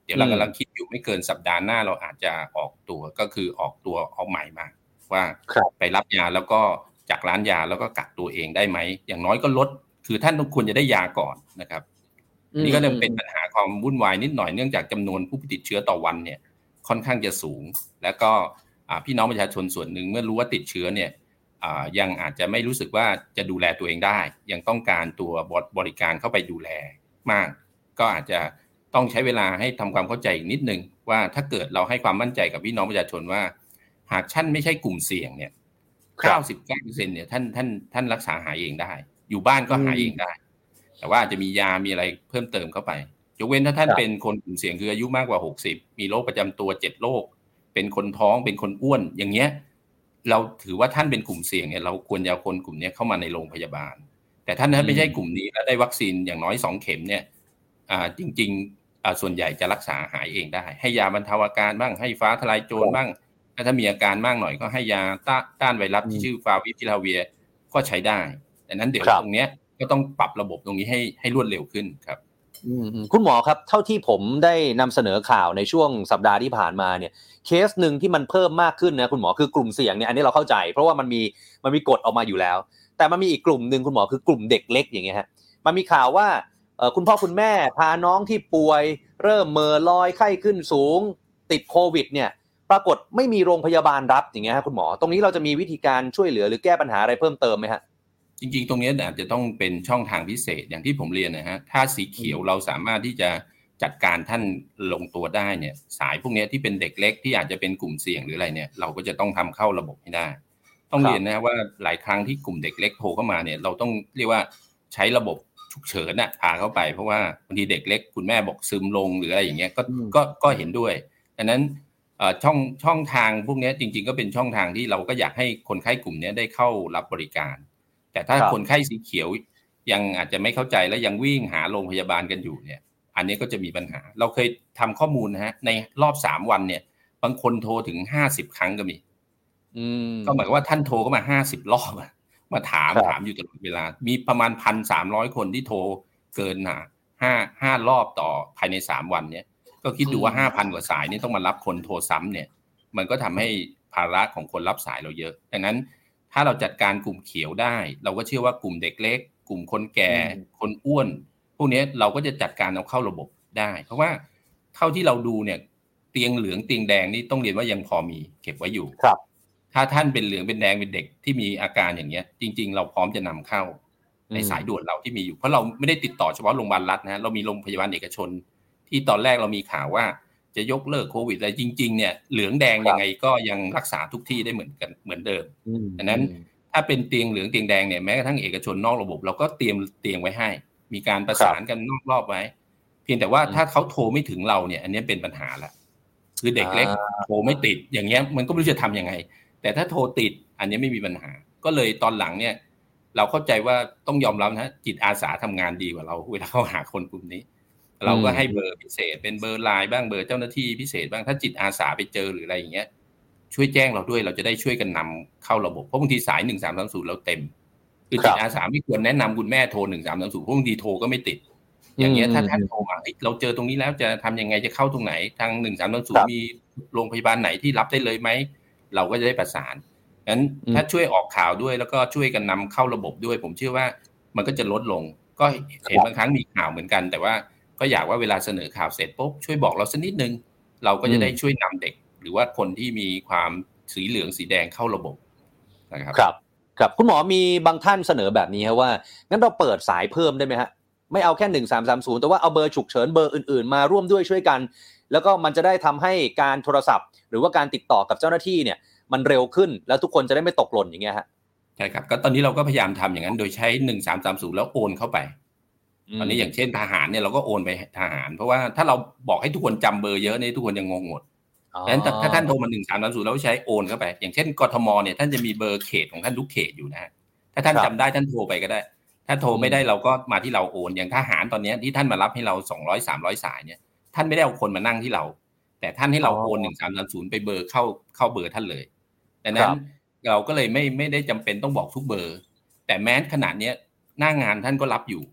เดี๋ยวเรากำลังคิดอยู่ไม่เกินสัปดาห์หน้าเราอาจจะออกตัวก็คือออกใหม่มาว่าไปรับยาแล้วก็จากร้านยาแล้วก็กักตัวเองได้ไหมอย่างน้อยก็ลดคือท่านควรจะได้ยาก่อนนะครับนี่ก็ยังเป็นปัญหาความวุ่นวายนิดหน่อยเนื่องจากจำนวนผู้ติดเชื้อต่อวันเนี่ยค่อนข้างจะสูงแล้วก็พี่น้องประชาชนส่วนหนึ่งเมื่อรู้ว่าติดเชื้อเนี่ยยังอาจจะไม่รู้สึกว่าจะดูแลตัวเองได้ยังต้องการตัวบริการเข้าไปดูแลมากก็อาจจะต้องใช้เวลาให้ทำความเข้าใจอีกนิดนึงว่าถ้าเกิดเราให้ความมั่นใจกับพี่น้องประชาชนว่าหากท่านไม่ใช่กลุ่มเสี่ยงเนี่ย 99% เนี่ยท่านรักษาหายเองได้อยู่บ้านก็หายเองได้แต่ว่าอาจจะมียามีอะไรเพิ่มเติมเข้าไปยกเว้นถ้าท่านเป็นคนกลุ่มเสี่ยงคืออายุมากกว่า60มีโรคประจำตัว7โรคเป็นคนท้องเป็นคนอ้วนอย่างเงี้ยเราถือว่าท่านเป็นกลุ่มเสี่ยงเนี่ยเราควรจะเอาคนกลุ่มนี้เข้ามาในโรงพยาบาลแต่ท่านไม่ใช่กลุ่มนี้แล้วได้วัคซีนอย่างน้อย2เข็มเนี่ยจริงๆส่วนใหญ่จะรักษาหายเองได้ให้ยาบรรเทาอาการบ้างให้ฟ้าทลายโจรบ้างถ้ามีอาการมากหน่อยก็ให้ยาต้านไวรัสที่ชื่อฟาวิพิลาเวียก็ใช้ได้ดังนั้นเดี๋ยวตรงนี้ก็ต้องปรับระบบตรงนี้ให้รวดเร็วขึ้นครับคุณหมอครับเท่าที่ผมได้นำเสนอข่าวในช่วงสัปดาห์ที่ผ่านมาเนี่ยเคสหนึ่งที่มันเพิ่มมากขึ้นนะคุณหมอคือกลุ่มเสี่ยงเนี่ยอันนี้เราเข้าใจเพราะว่ามันมีกฎออกมาอยู่แล้วแต่มันมีอีกกลุ่มนึงคุณหมอคือกลุ่มเด็กเล็กอย่างเงี้ยฮะมันมีข่าวว่าคุณพ่อคุณแม่พาน้องที่ป่วยเริ่มเหม่อลอยไข้ขึ้นสูงติดโควิดเนี่ยปรากฏไม่มีโรงพยาบาลรับอย่างเงี้ยฮะคุณหมอตรงนี้เราจะมีวิธีการช่วยเหลือหรือแก้ปัญหาอะไรเพิ่มเติมไหมฮะจริงๆตรงนี้อาจจะต้องเป็นช่องทางพิเศษอย่างที่ผมเรียนนะฮะถ้าสีเขียวเราสามารถที่จะจัดการท่านลงตัวได้เนี่ยสายพวกนี้ที่เป็นเด็กเล็กที่อาจจะเป็นกลุ่มเสี่ยงหรืออะไรเนี่ยเราก็จะต้องทำเข้าระบบให้ได้ต้องเรียนนะว่าหลายครั้งที่กลุ่มเด็กเล็กโทรเข้ามาเนี่ยเราต้องเรียกว่าใช้ระบบฉุกเฉินพาเข้าไปเพราะว่าบางทีเด็กเล็กคุณแม่บอกซึมลงหรืออะไรอย่างเงี้ยก็เห็นด้วยดังนั้นช่องทางพวกนี้จริงๆก็เป็นช่องทางที่เราก็อยากให้คนไข้กลุ่มนี้ได้เข้ารับบริการแต่ถ้าคนไข้สีเขียวยังอาจจะไม่เข้าใจและยังวิ่งหาโรงพยาบาลกันอยู่เนี่ยอันนี้ก็จะมีปัญหาเราเคยทำข้อมูลนะฮะในรอบ3วันเนี่ยบางคนโทรถึง50ครั้งก็มีก็หมายความว่าท่านโทรเข้ามา50รอบมาถามอยู่ตลอดเวลามีประมาณ 1,300 คนที่โทรเกิน5รอบต่อภายใน3วันเนี่ยก็คิดดูว่า 5,000 กว่าสายนี่ต้องมารับคนโทรซ้ำเนี่ยมันก็ทำให้ภาระของคนรับสายเราเยอะดังนั้นถ้าเราจัดการกลุ่มเขียวได้เราก็เชื่อว่ากลุ่มเด็กเล็กกลุ่มคนแก่คนอ้วนพวกนี้เราก็จะจัดการเอาเข้าระบบได้เพราะว่าเท่าที่เราดูเนี่ยเตียงเหลืองเตียงแดงนี่ต้องเรียนว่ายังพอมีเก็บไว้อยู่ครับถ้าท่านเป็นเหลืองเป็นแดงเป็นเด็กที่มีอาการอย่างเงี้ยจริงๆเราพร้อมจะนำเข้าในสายด่วนเราที่มีอยู่เพราะเราไม่ได้ติดต่อเฉพาะโรงพยาบาลรัฐนะเรามีโรงพยาบาลเอกชนที่ตอนแรกเรามีข่าวว่าจะยกเลิกโควิดอะไรจริงๆเนี่ยเหลืองแดงยังไงก็ยังรักษาทุกที่ได้เหมือนเดิมดังนั้นถ้าเป็นเตียงเหลืองเตียงแดงเนี่ยแม้กระทั่งเอกชนนอกระบบเราก็เตรียมเตียงไว้ให้มีการประสานกันนอกรอบไว้เพียงแต่ว่าถ้าเขาโทรไม่ถึงเราเนี่ยอันนี้เป็นปัญหาละคือเด็กเล็กโทรไม่ติดอย่างเงี้ยมันก็ไม่รู้จะทำยังไงแต่ถ้าโทรติดอันนี้ไม่มีปัญหาก็เลยตอนหลังเนี่ยเราเข้าใจว่าต้องยอมรับนะจิตอาสาทำงานดีกว่าเราเวลาเข้าหาคนกลุ่มนี้เราก็ให้เบอร์พิเศษเป็นเบอร์ไลน์บ้างเบอร์เจ้าหน้าที่พิเศษบ้างถ้าจิตอาสาไปเจอหรืออะไรอย่างเงี้ยช่วยแจ้งเราด้วยเราจะได้ช่วยกันนำเข้าระบบเพราะบางทีสาย1330เราเต็มคือจิตอาสาไม่ควรแนะนำคุณแม่โทร1330เพราะบางทีโทรก็ไม่ติดอย่างเงี้ยถ้าท่านโทรมาเราเจอตรงนี้แล้วจะทำยังไงจะเข้าตรงไหนทาง1330มีโรงพยาบาลไหนที่รับได้เลยไหมเราก็จะได้ประสานงั้นถ้าช่วยออกข่าวด้วยแล้วก็ช่วยกันนำเข้าระบบด้วยผมเชื่อว่ามันก็จะลดลงก็เห็นบางครั้งมีข่าวเหมือนกันแต่ว่าก็อยากว่าเวลาเสนอข่าวเสร็จปุ๊บช่วยบอกเราสักนิดนึงเราก็จะได้ช่วยนำเด็กหรือว่าคนที่มีความสีเหลืองสีแดงเข้าระบบนะครับครับคุณหมอมีบางท่านเสนอแบบนี้ครับว่างั้นเราเปิดสายเพิ่มได้ไหมฮะไม่เอาแค่1330แต่ว่าเอาเบอร์ฉุกเฉินเบอร์อื่นๆมาร่วมด้วยช่วยกันแล้วก็มันจะได้ทำให้การโทรศัพท์หรือว่าการติดต่อกับเจ้าหน้าที่เนี่ยมันเร็วขึ้นแล้วทุกคนจะได้ไม่ตกหล่นอย่างเงี้ยฮะใช่ครับก็ตอนนี้เราก็พยายามทำอย่างนั้นโดยใช้1330แล้วโอนเข้าไปตอนนี้อย่างเช่นทหารเนี่ยเราก็โอนไปทหารเพราะว่าถ้าเราบอกให้ทุกคนจำเบอร์เยอะเนี่ยทุกคนยังงงหมดดังนั้นถ้าท่านโทรมา1330แล้วใช้โอนเข้าไปอย่างเช่นกทมเนี่ยท่านจะมีเบอร์เขตของท่านทุกเขตอยู่นะถ้าท่านจำได้ท่านโทรไปก็ได้ถ้าโทรไม่ได้เราก็มาที่เราโอนอย่างทหารตอนนี้ที่ท่านมารับให้เรา200-300สายเนี่ยท่านไม่ได้เอาคนมานั่งที่เราแต่ท่านให้เราโอน1330ไปเบอร์เข้าเบอร์ท่านเลยดังนั้นเราก็เลยไม่ได้จำเป็นต้องบอกทุกเบอร์แต่แม้ขนาดนี้หน้างานท่านก็รับอยู่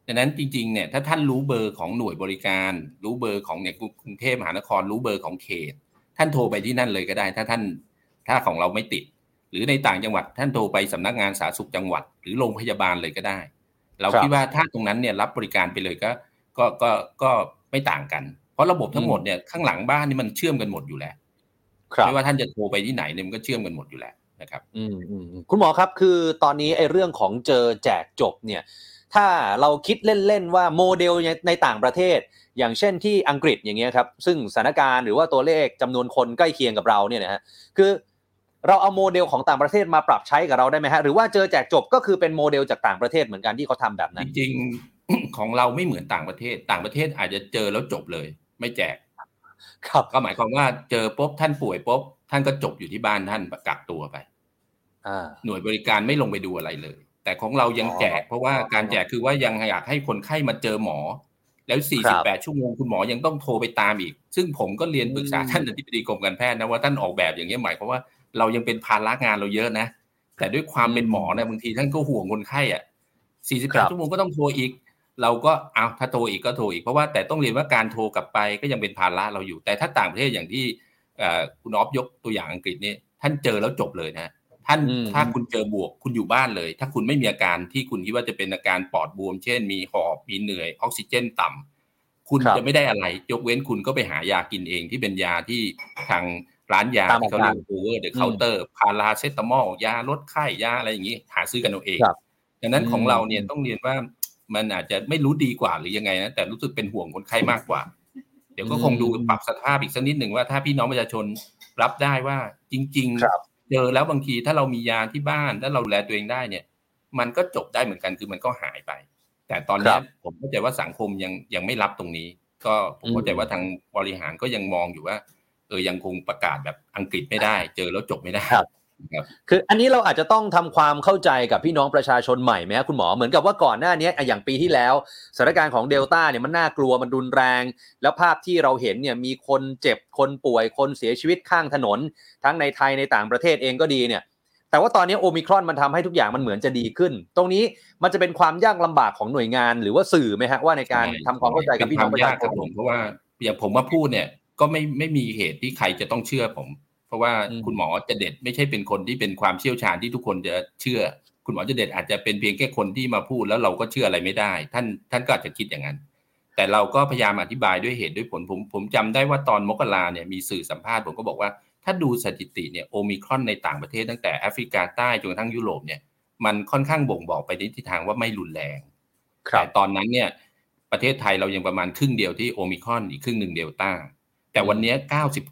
ดังนั้นจริงๆเนี่ยถ้าท่านรู้เบอร์ของหน่วยบริการรู้เบอร์ของเนี่ยกรุงเทพมหานครรู้เบอร์ของเขตท่านโทรไปที่นั่นเลยก็ได้ถ้าของเราไม่ติดหรือในต่างจังหวัดท่านโทรไปสำนักงานสาธารณสุขจังหวัดหรือโรงพยาบาลเลยก็ได้เราคิดว่าถ้าตรงนั้นเนี่ยรับบริการไปเลยก็ไม่ต่างกันเพราะระบบทั้งหมดเนี่ยข้างหลังบ้านนี่มันเชื่อมกันหมดอยู่แล้วไม่ว่าท่านจะโทรไปที่ไหนเนี่ยมันก็เชื่อมกันหมดอยู่แล้วนะครับคุณหมอครับคือตอนนี้ไอ้เรื่องของเจอแจกจบเนี่ยถ้าเราคิดเล่นๆว่าโมเดลในต่างประเทศอย่างเช่นที่อังกฤษอย่างเงี้ยครับซึ่งสถานการณ์หรือว่าตัวเลขจำนวนคนใกล้เคียงกับเราเนี่ยนะฮะคือเราเอาโมเดลของต่างประเทศมาปรับใช้กับเราได้ไหมฮะหรือว่าเจอแจกจบก็คือเป็นโมเดลจากต่างประเทศเหมือนกันที่เขาทำแบบนั้นจริงๆของเราไม่เหมือนต่างประเทศอาจจะเจอแล้วจบเลยไม่แจกครับก็หมายความว่าเจอปุ๊บท่านป่วยปุ๊บท่านก็จบอยู่ที่บ้านท่านกักตัวไปหน่วยบริการไม่ลงไปดูอะไรเลยแต่ของเรายังแจกเพราะว่าการแจกคือว่ายังอยากให้คนไข้มาเจอหมอแล้ว48ชั่วโมงคุณหมอยังต้องโทรไปตามอีกซึ่งผมก็เรียนปรึกษาท่านอธิบดีกรมการแพทย์นะว่าท่านออกแบบอย่างนี้หมายความว่าเรายังเป็นภาระงานเราเยอะนะแต่ด้วยความเป็นหมอเนี่ยบางทีท่านก็ห่วงคนไข้48ชั่วโมงก็ต้องโทรอีกเราก็ถ้าโทรอีกก็โทรอีกเพราะว่าแต่ต้องเรียนว่าการโทรกลับไปก็ยังเป็นภาระเราอยู่แต่ถ้าต่างประเทศอย่างที่คุณอ๊อฟยกตัวอย่างอังกฤษนี่ท่านเจอแล้วจบเลยนะท่านถ้าคุณเจอบวกคุณอยู่บ้านเลยถ้าคุณไม่มีอาการที่คุณคิดว่าจะเป็นอาการปอดบวมเช่นมีหอบมีเหนื่อยออกซิเจนต่ำคุณจะไม่ได้อะไรยกเว้นคุณก็ไปหายากินเองที่เป็นยาที่ทางร้านยาที่เขาเรียกโอเวอร์เดอะเคาน์เตอร์พาราเซตามอลยาลดไข้ยาอะไรอย่างนี้หาซื้อกันเอาเองดังนั้นของเราเนี่ยต้องเรียนว่ามันอาจจะไม่รู้ดีกว่าหรือยังไงนะแต่รู้สึกเป็นห่วงคนไข้มากกว่าเดี๋ยวก็คงดูปรับสภาพอีกสักนิดหนึ่งว่าถ้าพี่น้องประชาชนรับได้ว่าจริงๆเจอแล้วบางทีถ้าเรามียาที่บ้านแล้วเราดูแลตัวเองได้เนี่ยมันก็จบได้เหมือนกันคือมันก็หายไปแต่ตอนนี้ผมเข้าใจว่าสังคมยังไม่รับตรงนี้ก็ผมเข้าใจว่าทางบริหารก็ยังมองอยู่ว่ายังคงประกาศแบบอังกฤษไม่ได้เจอแล้วจบไม่ได้คืออันนี้เราอาจจะต้องทำความเข้าใจกับพี่น้องประชาชนใหม่ไหมครับคุณหมอเหมือนกับว่าก่อนหน้านี้อย่างปีที่แล้วสถานการณ์ของเดลต้าเนี่ยมันน่ากลัวมันรุนแรงแล้วภาพที่เราเห็นเนี่ยมีคนเจ็บคนป่วยคนเสียชีวิตข้างถนนทั้งในไทยในต่างประเทศเองก็ดีเนี่ยแต่ว่าตอนนี้โอมิครอนมันทำให้ทุกอย่างมันเหมือนจะดีขึ้นตรงนี้มันจะเป็นความยากลำบากของหน่วยงานหรือว่าสื่อไหมฮะว่าในการทำความเข้าใจกับพี่น้องประชาชนเพราะว่าอย่างผมมาพูดเนี่ยก็ไม่มีเหตุที่ใครจะต้องเชื่อผมเพราะว่าคุณหมอจะเด็ดไม่ใช่เป็นคนที่เป็นความเชี่ยวชาญที่ทุกคนจะเชื่อคุณหมอจะเด็ดอาจจะเป็นเพียงแค่คนที่มาพูดแล้วเราก็เชื่ออะไรไม่ได้ท่านก็อาจจะคิดอย่างนั้นแต่เราก็พยายามอธิบายด้วยเหตุด้วยผลผมจำได้ว่าตอนมกราเนี่ยมีสื่อสัมภาษณ์ผมก็บอกว่าถ้าดูสถิติเนี่ยโอมิครอนในต่างประเทศตั้งแต่แอฟริกาใต้จนกระทั่งยุโรปเนี่ยมันค่อนข้างบ่งบอกไปในทิศทางว่าไม่รุนแรงแต่ตอนนั้นเนี่ยประเทศไทยเรายังประมาณครึ่งเดียวที่โอมิครอนอีกครึ่งหนึ่งเดลต้าแต่วันนี้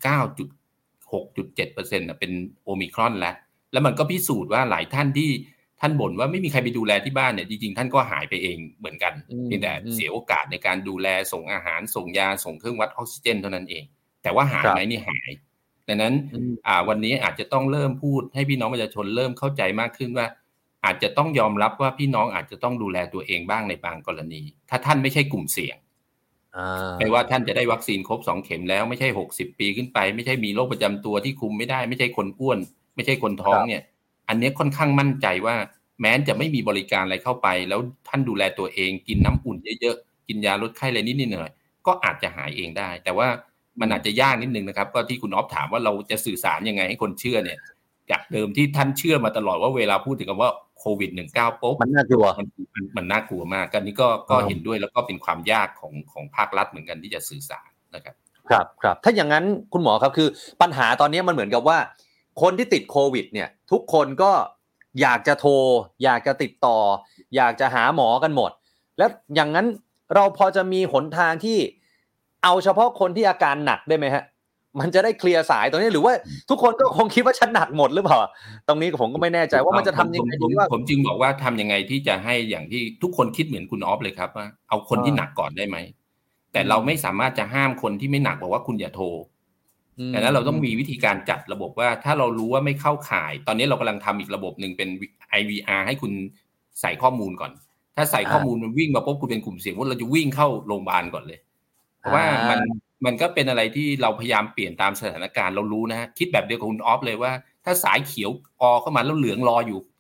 6.7% เป็นโอมิครอนแล้วมันก็พิสูจน์ว่าหลายท่านที่ท่านบ่นว่าไม่มีใครไปดูแลที่บ้านเนี่ยจริงๆท่านก็หายไปเองเหมือนกันเพียงแต่เสียโอกาสในการดูแลส่งอาหารส่งยาส่งเครื่องวัดออกซิเจนเท่านั้นเองแต่ว่าหายไหมนี่หายดังนั้นวันนี้อาจจะต้องเริ่มพูดให้พี่น้องประชาชนเริ่มเข้าใจมากขึ้นว่าอาจจะต้องยอมรับว่าพี่น้องอาจจะต้องดูแลตัวเองบ้างในบางกรณีถ้าท่านไม่ใช่กลุ่มเสี่ยงไม่ว่าท่านจะได้วัคซีนครบ2เข็มแล้วไม่ใช่60ปีขึ้นไปไม่ใช่มีโรคประจำตัวที่คุมไม่ได้ไม่ใช่คนอ้วนไม่ใช่คนท้องเนี่ยอันนี้ค่อนข้างมั่นใจว่าแม้จะไม่มีบริการอะไรเข้าไปแล้วท่านดูแลตัวเองกินน้ำอุ่นเยอะๆกินยาลดไข้อะไรนิดๆหน่อยๆก็อาจจะหายเองได้แต่ว่ามันอาจจะยากนิดนึงนะครับก็ที่คุณอ๊อฟถามว่าเราจะสื่อสารยังไงให้คนเชื่อเนี่ยจากเดิมที่ท่านเชื่อมาตลอดว่าเวลาพูดถึงคำว่าโควิด-19 ปุ๊บมันน่ากลัวมันน่ากลัวมากกันนี้ก็เห็นด้วยแล้วก็เป็นความยากของภาครัฐเหมือนกันที่จะสื่อสารนะครับครับถ้าอย่างนั้นคุณหมอครับคือปัญหาตอนนี้มันเหมือนกับว่าคนที่ติดโควิดเนี่ยทุกคนก็อยากจะโทรอยากจะติดต่ออยากจะหาหมอกันหมดแล้วอย่างนั้นเราพอจะมีหนทางที่เอาเฉพาะคนที่อาการหนักได้ไหมฮะมันจะได้เคลียร์สายตรงนี้หรือว่าทุกคนก็คงคิดว่าฉันหนักหมดหรือเปล่าตรงนี้ผมก็ไม่แน่ใจว่ามันจะทำยังไงผมจึงบอกว่าทำยังไงที่จะให้อย่างที่ทุกคนคิดเหมือนคุณออฟเลยครับว่าเอาคนที่หนักก่อนได้ไหมแต่เราไม่สามารถจะห้ามคนที่ไม่หนักบอกว่าคุณอย่าโทรแต่นั้นเราต้องมีวิธีการจัดระบบว่าถ้าเรารู้ว่าไม่เข้าข่ายตอนนี้เรากำลังทำอีกระบบหนึ่งเป็น IVR ให้คุณใส่ข้อมูลก่อนถ้าใส่ข้อมูลมันวิ่งมาปุ๊บคุณเป็นกลุ่มเสี่ยงว่าเราจะวิ่งเข้าโรงพยาบาลก่อนเลยเพราะว่ามันก็เป็นอะไรที่เราพยายามเปลี่ยนตามสถานการณ์เรารู้นะฮะคิดแบบเดียวกับคุณออฟเลยว่าถ้าสายเขียวออเข้ามาแล้วเหลืองรออยู่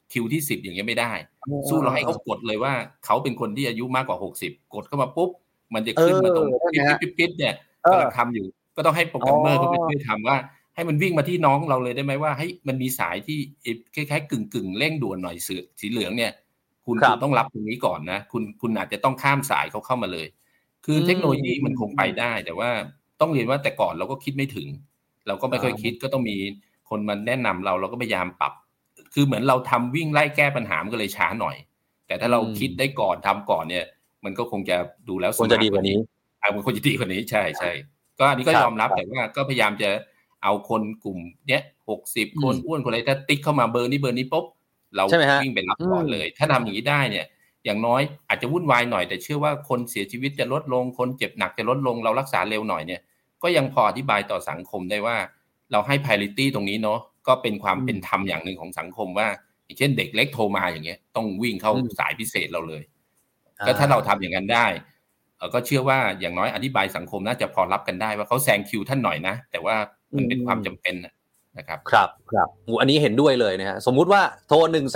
คิวที่10อย่างเงี้ยไม่ได้สู้เราให้เขากดเลยว่าเขาเป็นคนที่อายุมากกว่า60กดเข้ามาปุ๊บมันจะขึ้นมาตรงปิ๊ดๆเนี่ยกำลังทำอยู่ก็ต้องให้โปรแกรมเมอร์เขาไปช่วยทำว่าให้มันวิ่งมาที่น้องเราเลยได้ไหมว่าให้มันมีสายที่คล้ายๆกึ่งเร่งด่วนหน่อยสีเหลืองเนี่ยคุณต้องรับตรงนี้ก่อนนะคุณอาจจะต้องข้ามสายเขาเข้ามาเลยคือเทคโนโลยีมันคงไปได้แต่ว่าต้องเรียนว่าแต่ก่อนเราก็คิดไม่ถึงเราก็ไม่ค่อยคิดก็ต้องมีคนมาแนะนำเราก็พยายามปรับคือเหมือนเราทำวิ่งไล่แก้ปัญหามันก็เลยช้าหน่อยแต่ถ้าเราคิดได้ก่อนทำก่อนเนี่ยมันก็คงจะดูแล้วควรจะดีกว่านี้มันควรจะดีกว่านี้ใช่ก็อันนี้ก็ยอมรับแต่ว่าก็พยายามจะเอาคนกลุ่มเนี้ย60คนอ้วนคนอะไรถ้าติ๊กเข้ามาเบอร์นี้ปุ๊บเราวิ่งไปรับก่อนเลยถ้าทำอย่างนี้ได้เนี่ยอย่างน้อยอาจจะวุ่นวายหน่อยแต่เชื่อว่าคนเสียชีวิตจะลดลงคนเจ็บหนักจะลดลงเรารักษาเร็วหน่อยเนี่ยก็ยังพออธิบายต่อสังคมได้ว่าเราให้ priority ตรงนี้เนาะก็เป็นความเป็นธรรมอย่างหนึ่งของสังคมว่าอย่างเช่นเด็กเล็กโทรมาอย่างเงี้ยต้องวิ่งเข้าสายพิเศษเราเลยก็ถ้าเราทำอย่างนั้นได้ก็เชื่อว่าอย่างน้อยอธิบายสังคมน่าจะพอรับกันได้ว่าเขาแซงคิวท่านหน่อยนะแต่ว่ามันเป็นความจำเป็นนะครับครับอันนี้เห็นด้วยเลยนะฮะสมมุติว่าโทร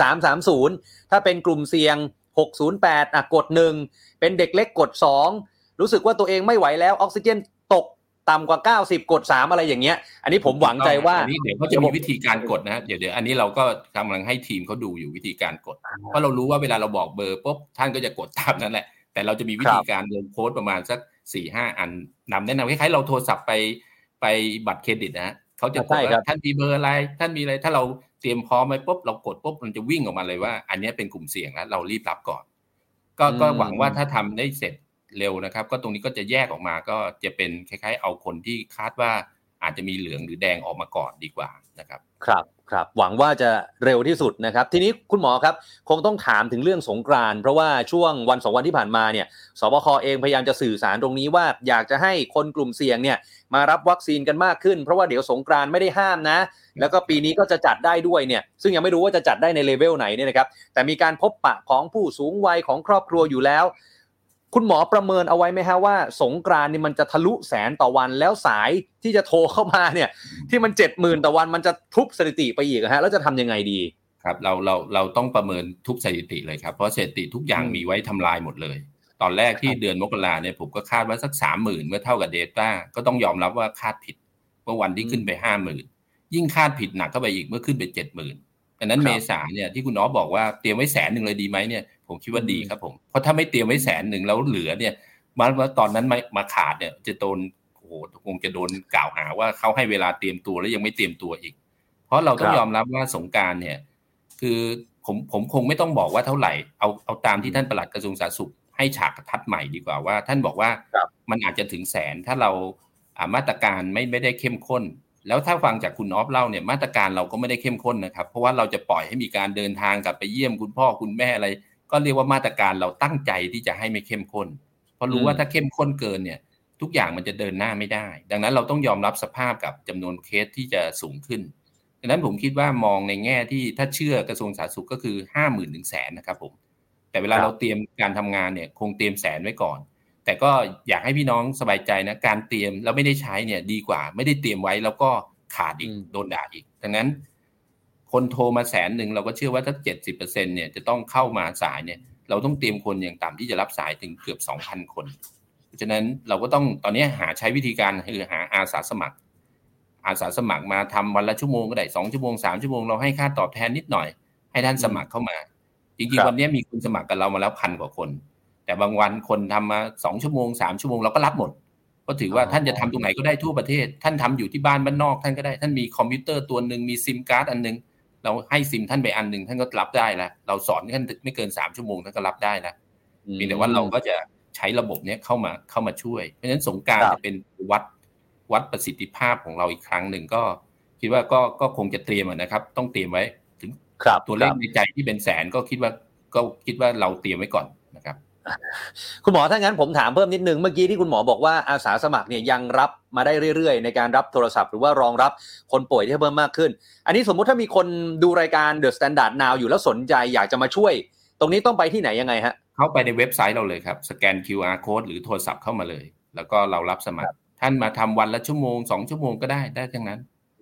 1330ถ้าเป็นกลุ่มเสี่ยง608กด1เป็นเด็กเล็กกด2รู้สึกว่าตัวเองไม่ไหวแล้วออกซิเจนตกต่ำกว่า90กด3อะไรอย่างเงี้ยอันนี้ผมหวังใจว่าอันนี้เดี๋ยวเขาจะมีวิธีการกดนะเดี๋ยวอันนี้เราก็กำลังให้ทีมเขาดูอยู่วิธีการกดเพราะเรารู้ว่าเวลาเราบอกเบอร์ปุ๊บท่านก็จะกดตามนั้นแหละแต่เราจะมีวิธีการลงโค้ดประมาณสัก 4-5 อันนำแนะนำคล้ายๆเราโทรศัพท์ไปบัตรเครดิตนะเขาจะกดว่าท่านมีเบอร์อะไรท่านมีอะไรถ้าเราเตรียมพร้อมไว้ปุ๊บเรากดปุ๊บมันจะวิ่งออกมาเลยว่าอันนี้เป็นกลุ่มเสี่ยงแล้วเรารีบรับก่อนก็หวังว่าถ้าทำได้เสร็จเร็วนะครับก็ตรงนี้ก็จะแยกออกมาก็จะเป็นคล้ายๆเอาคนที่คาดว่าอาจจะมีเหลืองหรือแดงออกมาก่อนดีกว่านะครับครับหวังว่าจะเร็วที่สุดนะครับทีนี้คุณหมอครับคงต้องถามถึงเรื่องสงกรานต์เพราะว่าช่วงวัน2วันที่ผ่านมาเนี่ยสบคเองพยายามจะสื่อสารตรงนี้ว่าอยากจะให้คนกลุ่มเสี่ยงเนี่ยมารับวัคซีนกันมากขึ้นเพราะว่าเดี๋ยวสงกรานต์ไม่ได้ห้ามนะแล้วก็ปีนี้ก็จะจัดได้ด้วยเนี่ยซึ่งยังไม่รู้ว่าจะจัดได้ในเลเวลไหนเนี่ยนะครับแต่มีการพบปะของผู้สูงวัยของครอบครัวอยู่แล้วคุณหมอประเมินเอาไว้ไหมฮะว่าสงกรานต์นี่มันจะทะลุแสนต่อวันแล้วสายที่จะโทรเข้ามาเนี่ยที่มัน 70,000 ต่อวันมันจะทุบสถิติไปอีกฮะแล้วจะทำยังไงดีครับเราต้องประเมินทุกสถิติเลยครับเพราะสถิติทุกอย่างมีไว้ทำลายหมดเลยตอนแรกที่เดือนมกราเนี่ยผมก็คาดว่าสัก 30,000 เมื่อเท่ากับ Data ก็ต้องยอมรับว่าคาดผิดเมื่อวันที่ขึ้นไป 50,000 ยิ่งคาดผิดหนักเข้าไปอีกเมื่อขึ้นไป 70,000 ดังนั้นเมษาเนี่ยที่คุณอ๊อฟบอกว่าเตรียมไว้100,000เลยดีไหมเนี่ยผมคิดว่าดีครับผมเพราะถ้าไม่เตรียมไว้100,000แล้วเหลือเนี่ยว่าตอนนั้นมาขาดเนี่ยจะโดนคงจะโดนกล่าวหาว่าเขาให้เวลาเตรียมตัวแล้วยังไม่เตรียมตัวอีกเพราะเราต้องยอมรับว่าสงกรานต์เนี่ยคือผมคงไม่ต้องบอกว่าเท่าไหร่เอาตามที่ท่านปลัดกระทรวงสาธารณสุขให้ฉากทัดใหม่ดีกว่าว่าท่านบอกว่ามันอาจจะถึง100,000ถ้าเรามาตรการไม่ได้เข้มข้นแล้วถ้าฟังจากคุณอ๊อฟเล่าเนี่ยมาตรการเราก็ไม่ได้เข้มข้นนะครับเพราะว่าเราจะปล่อยให้มีการเดินทางกลับไปเยี่ยมคุณพ่อคุณแม่อะไรก็เรียกว่ามาตรการเราตั้งใจที่จะให้ไม่เข้มข้นเพราะรู้ว่าถ้าเข้มข้นเกินเนี่ยทุกอย่างมันจะเดินหน้าไม่ได้ดังนั้นเราต้องยอมรับสภาพกับจำนวนเคสที่จะสูงขึ้นดังนั้นผมคิดว่ามองในแง่ที่ถ้าเชื่อกระทรวงสาธารณสุขก็คือ 50,000 ถึง 100,000 นะครับผมแต่เวลาเราเตรียมการทำงานเนี่ยคงเตรียม100,000ไว้ก่อนแต่ก็อยากให้พี่น้องสบายใจนะการเตรียมแล้วไม่ได้ใช้เนี่ยดีกว่าไม่ได้เตรียมไว้แล้วก็ขาดอีกโดนด่าอีกดังนั้นคนโทรมา100,000เราก็เชื่อว่าถ้า 70% เนี่ยจะต้องเข้ามาสายเนี่ยเราต้องเตรียมคนอย่างต่ำที่จะรับสายถึงเกือบ 2,000 คนเพราะฉะนั้นเราก็ต้องตอนนี้หาใช้วิธีการคือหาอาสาสมัครมาทำวันละชั่วโมงก็ได้2ชั่วโมง3ชั่วโมงเราให้ค่าตอบแทนนิดหน่อยให้ท่านสมัครเข้ามาจริงๆวันนี้มีคนสมัครกับเรามาแล้ว1,000 กว่าคนแต่บางวันคนทำมา2ชั่วโมง3ชั่วโมงเราก็รับหมดก็ถือว่าท่านจะทำตรงไหนก็ได้ทั่วประเทศท่านทำอยู่ที่บ้านนอกท่านก็ได้ท่านมีคอมพิวเตอร์ตัวนึงมีซิมการ์ดอันนึงเราให้ซิมท่านไปอันนึงท่านก็รับได้แล้วเราสอนท่านไม่เกิน3ชั่วโมงท่านก็รับได้แล้วเพียงแต่ว่าเราก็จะใช้ระบบนี้เข้ามาช่วยเพราะฉะนั้นสงกรานต์จะเป็นวัดประสิทธิภาพของเราอีกครั้งหนึ่งก็คิดว่าก็คงจะเตรียมนะครับต้องเตรียมไว้ถึงตัวเลขในใจที่เป็น100,000ก็คิดว่าเราเตรียมไว้ก่อนนะครับคุณหมอถ้างั้นผมถามเพิ่มนิดนึงเมื่อกี้ที่คุณหมอบอกว่าอาสาสมัครเนี่ยยังรับมาได้เรื่อยๆในการรับโทรศัพท์หรือว่ารองรับคนป่วยที่เพิ่มมากขึ้นอันนี้สมมุติถ้ามีคนดูรายการ The Standard Now อยู่แล้วสนใจอยากจะมาช่วยตรงนี้ต้องไปที่ไหนยังไงฮะเข้าไปในเว็บไซต์เราเลยครับสแกน QR Code หรือโทรศัพท์เข้ามาเลยแล้วก็เรารับสมัครท่านมาทำวันละชั่วโมง2ชั่วโมงก็ได้ทั้งนั้น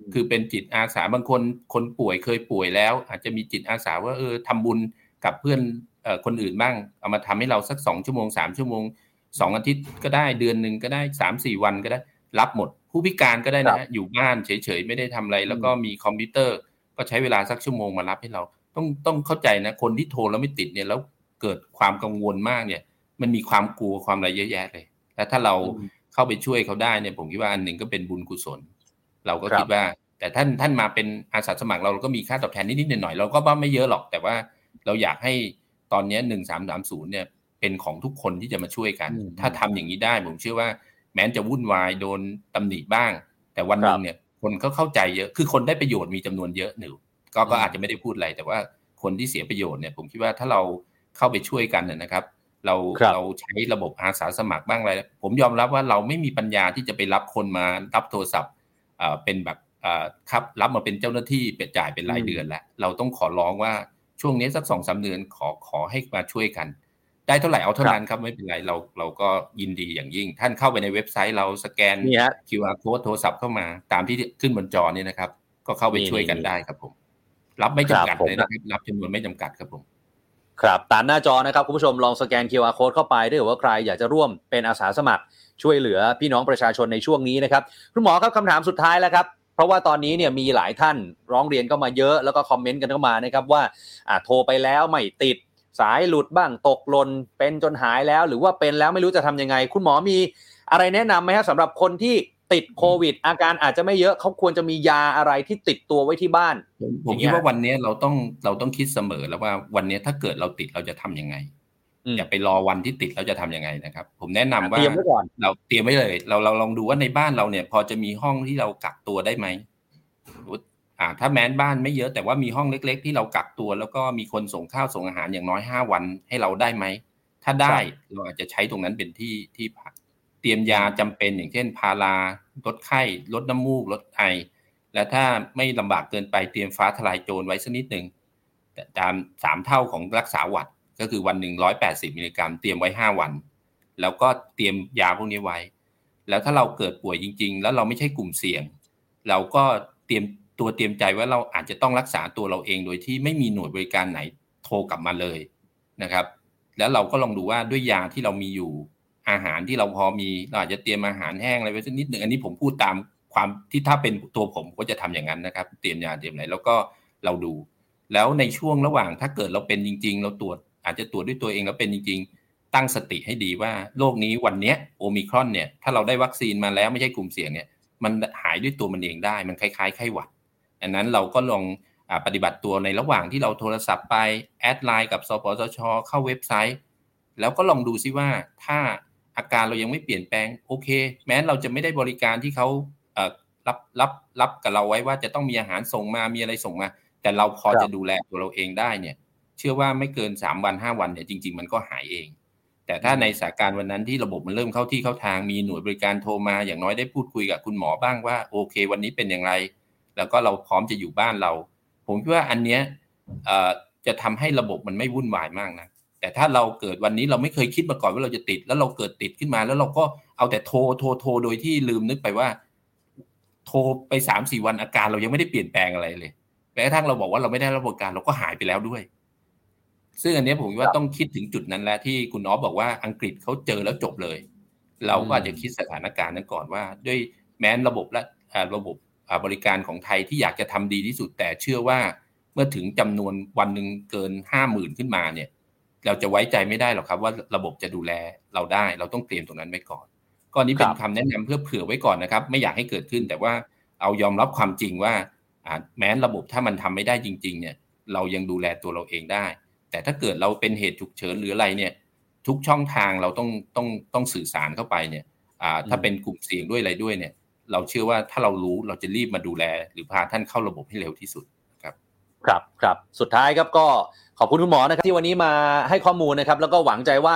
คือเป็นจิตอาสาบางคนป่วยเคยป่วยแล้วอาจจะมีจิตอาสาว่าทำบุญกับเพื่อนคนอื่นบ้างเอามาทำให้เราสัก2ชั่วโมง3ชั่วโมง2อาทิตย์ก็ได้เดือนนึงก็ได้ 3-4 วันก็ได้รับหมดผู้พิการก็ได้นะฮะอยู่บ้านเฉยๆไม่ได้ทำอะไรแล้วก็มีคอมพิวเตอร์ก็ใช้เวลาสักชั่วโมงมารับให้เราต้องเข้าใจนะคนที่โทรแล้วไม่ติดเนี่ยแล้วเกิดความกังวลมากเนี่ยมันมีความกลัวความอะไรเยอะแยะเลยและถ้าเราเข้าไปช่วยเขาได้เนี่ยผมคิดว่าอันหนึ่งก็เป็นบุญกุศลเราก็คิดว่าแต่ท่านมาเป็นอาสาสมัครเราก็มีค่าตอบแทนนิดๆหน่อยๆเราก็ว่าไม่เยอะหรอกแต่ว่าเราอยากให้ตอนนี้1330เนี่ยเป็นของทุกคนที่จะมาช่วยกันถ้าทำอย่างนี้ได้ผมเชื่อว่าแม้จะวุ่นวายโดนตำหนิบ้างแต่วันนึงเนี่ยคนก็เข้าใจเยอะคือคนได้ประโยชน์มีจำนวนเยอะหนึ่งก็อาจจะไม่ได้พูดอะไรแต่ว่าคนที่เสียประโยชน์เนี่ยผมคิดว่าถ้าเราเข้าไปช่วยกันนะครับเราใช้ระบบอาสาสมัครบ้างอะไรผมยอมรับว่าเราไม่มีปัญญาที่จะไปรับคนมารับโทรศัพท์เป็นแบบครับรับมาเป็นเจ้าหน้าที่เป็นจ่ายเป็นรายเดือนแล้วเราต้องขอร้องว่าช่วงนี้สัก 2-3 เดือนขอให้มาช่วยกันได้เท่าไหร่เอาเท่านั้นครับไม่เป็นไรเราก็ยินดีอย่างยิ่งท่านเข้าไปในเว็บไซต์เราสแกน QR code โทรศัพท์เข้ามาตามที่ขึ้นบนจอนี่นะครับก็เข้าไปช่วยกันได้ครับผมรับไม่จำกัดเลยนะครับรับจำนวนไม่จำกัดครับผมครับตามหน้าจอนะครับคุณผู้ชมลองสแกน QR code เข้าไปถ้าเกิดว่าใครอยากจะร่วมเป็นอาสาสมัครช่วยเหลือพี่น้องประชาชนในช่วงนี้นะครับคุณหมอครับคำถามสุดท้ายแล้วครับเพราะว่าตอนนี้เนี่ยมีหลายท่านร้องเรียนเข้ามาเยอะแล้วก็คอมเมนต์กันเข้ามานะครับว่าโทรไปแล้วไม่ติดสายหลุดบ้างตกหล่นเป็นจนหายแล้วหรือว่าเป็นแล้วไม่รู้จะทำยังไงคุณหมอมีอะไรแนะนำไหมครับสำหรับคนที่ติดโควิดอาการอาจจะไม่เยอะเขาควรจะมียาอะไรที่ติดตัวไว้ที่บ้านผมคิดว่าวันนี้เราต้องคิดเสมอแล้วว่าวันนี้ถ้าเกิดเราติดเราจะทำยังไงอย่าไปรอวันที่ติดเราจะทำยังไงนะครับผมแนะนำว่าเราเตรียมไว้เลยเราลองดูว่าในบ้านเราเนี่ยพอจะมีห้องที่เรากักตัวได้ไหมถ้าแม้นบ้านไม่เยอะแต่ว่ามีห้องเล็กๆที่เรากักตัวแล้วก็มีคนส่งข้าวส่งอาหารอย่างน้อย5 วันให้เราได้ไหมถ้าได้เราอาจจะใช้ตรงนั้นเป็นที่พักเตรียมยาจำเป็นอย่างเช่นพาราลดไข้ลดน้ำมูกลดไอและถ้าไม่ลำบากเกินไปเตรียมฟ้าทลายโจรไว้สักนิดนึงแต่ตาม3 เท่าของรักษาหวัดก็คือวันหนึ่ง180 มิลลิกรัมเตรียมไว้5 วันแล้วก็เตรียมยาพวกนี้ไว้แล้วถ้าเราเกิดป่วยจริงๆแล้วเราไม่ใช่กลุ่มเสี่ยงเราก็เตรียมใจว่าเราอาจจะต้องรักษาตัวเราเองโดยที่ไม่มีหน่วยบริการไหนโทรกลับมาเลยนะครับแล้วเราก็ลองดูว่าด้วยยาที่เรามีอยู่อาหารที่เราพอมีเราอาจจะเตรียมอาหารแห้งอะไรไว้สักนิดนึงอันนี้ผมพูดตามความที่ถ้าเป็นตัวผมก็จะทำอย่างนั้นนะครับเตรียมยาเตรียมอะไรแล้วก็เราดูแล้วในช่วงระหว่างถ้าเกิดเราเป็นจริงๆเราตรวจอาจจะตรวจด้วยตัวเองแล้วเป็นจริงๆตั้งสติให้ดีว่าโรคนี้วันนี้โอมิครอนเนี่ยถ้าเราได้วัคซีนมาแล้วไม่ใช่กลุ่มเสี่ยงเนี่ยมันหายด้วยตัวมันเองได้มันคล้ายๆไข้หวัดอันนั้นเราก็ลองปฏิบัติตัวในระหว่างที่เราโทรศัพท์ไปแอดไลน์กับสปสช.เข้าเว็บไซต์แล้วก็ลองดูซิว่าถ้าอาการเรายังไม่เปลี่ยนแปลงโอเคแม้เราจะไม่ได้บริการที่เขารับกับเราไว้ว่าจะต้องมีอาหารส่งมามีอะไรส่งมาแต่เราพอจะดูแลตัวเราเองได้เนี่ยเชื่อว่าไม่เกิน3 วัน5 วันเนี่ยจริงๆมันก็หายเองแต่ถ้าในสถานการณ์วันนั้นที่ระบบมันเริ่มเข้าที่เข้าทางมีหน่วยบริการโทรมาอย่างน้อยได้พูดคุยกับคุณหมอบ้างว่าโอเควันนี้เป็นอย่างไรแล้วก็เราพร้อมจะอยู่บ้านเราผมคิดว่าอันเนี้ยจะทำให้ระบบมันไม่วุ่นวายมากนะแต่ถ้าเราเกิดวันนี้เราไม่เคยคิดมาก่อนว่าเราจะติดแล้วเราเกิดติดขึ้นมาแล้วเราก็เอาแต่โทรโดยที่ลืมนึกไปว่าโทรไป 3-4 วันอาการเรายังไม่ได้เปลี่ยนแปลงอะไรเลยแม้กระทั่งเราบอกว่าเราไม่ได้รับบริการเราก็หายไปแล้วด้วยซึ่งอันนี้ผมว่าต้องคิดถึงจุดนั้นแล้วที่คุณอ๊อฟบอกว่าอังกฤษเขาเจอแล้วจบเลยเราก็อาจจะคิดสถานการณ์นั้นก่อนว่าด้วยแม้ระบบและระบบบริการของไทยที่อยากจะทำดีที่สุดแต่เชื่อว่าเมื่อถึงจำนวนวันหนึ่งเกิน 50,000 ขึ้นมาเนี่ยเราจะไว้ใจไม่ได้หรอกครับว่าระบบจะดูแลเราได้เราต้องเตรียมตรงนั้นไว้ก่อนก็นี้เป็นคำแนะนำเพื่อเผื่อไว้ก่อนนะครับไม่อยากให้เกิดขึ้นแต่ว่าเอายอมรับความจริงว่าแม้ระบบถ้ามันทำไม่ได้จริงๆเนี่ยเรายังดูแลตัวเราเองได้แต่ถ้าเกิดเราเป็นเหตุฉุกเฉินหรืออะไรเนี่ยทุกช่องทางเราต้องสื่อสารเข้าไปเนี่ยถ้าเป็นกลุ่มเสี่ยงด้วยอะไรด้วยเนี่ยเราเชื่อว่าถ้าเรารู้เราจะรีบมาดูแลหรือพาท่านเข้าระบบให้เร็วที่สุดครับสุดท้ายครับก็ขอบคุณคุณหมอนะครับที่วันนี้มาให้ข้อมูลนะครับแล้วก็หวังใจว่า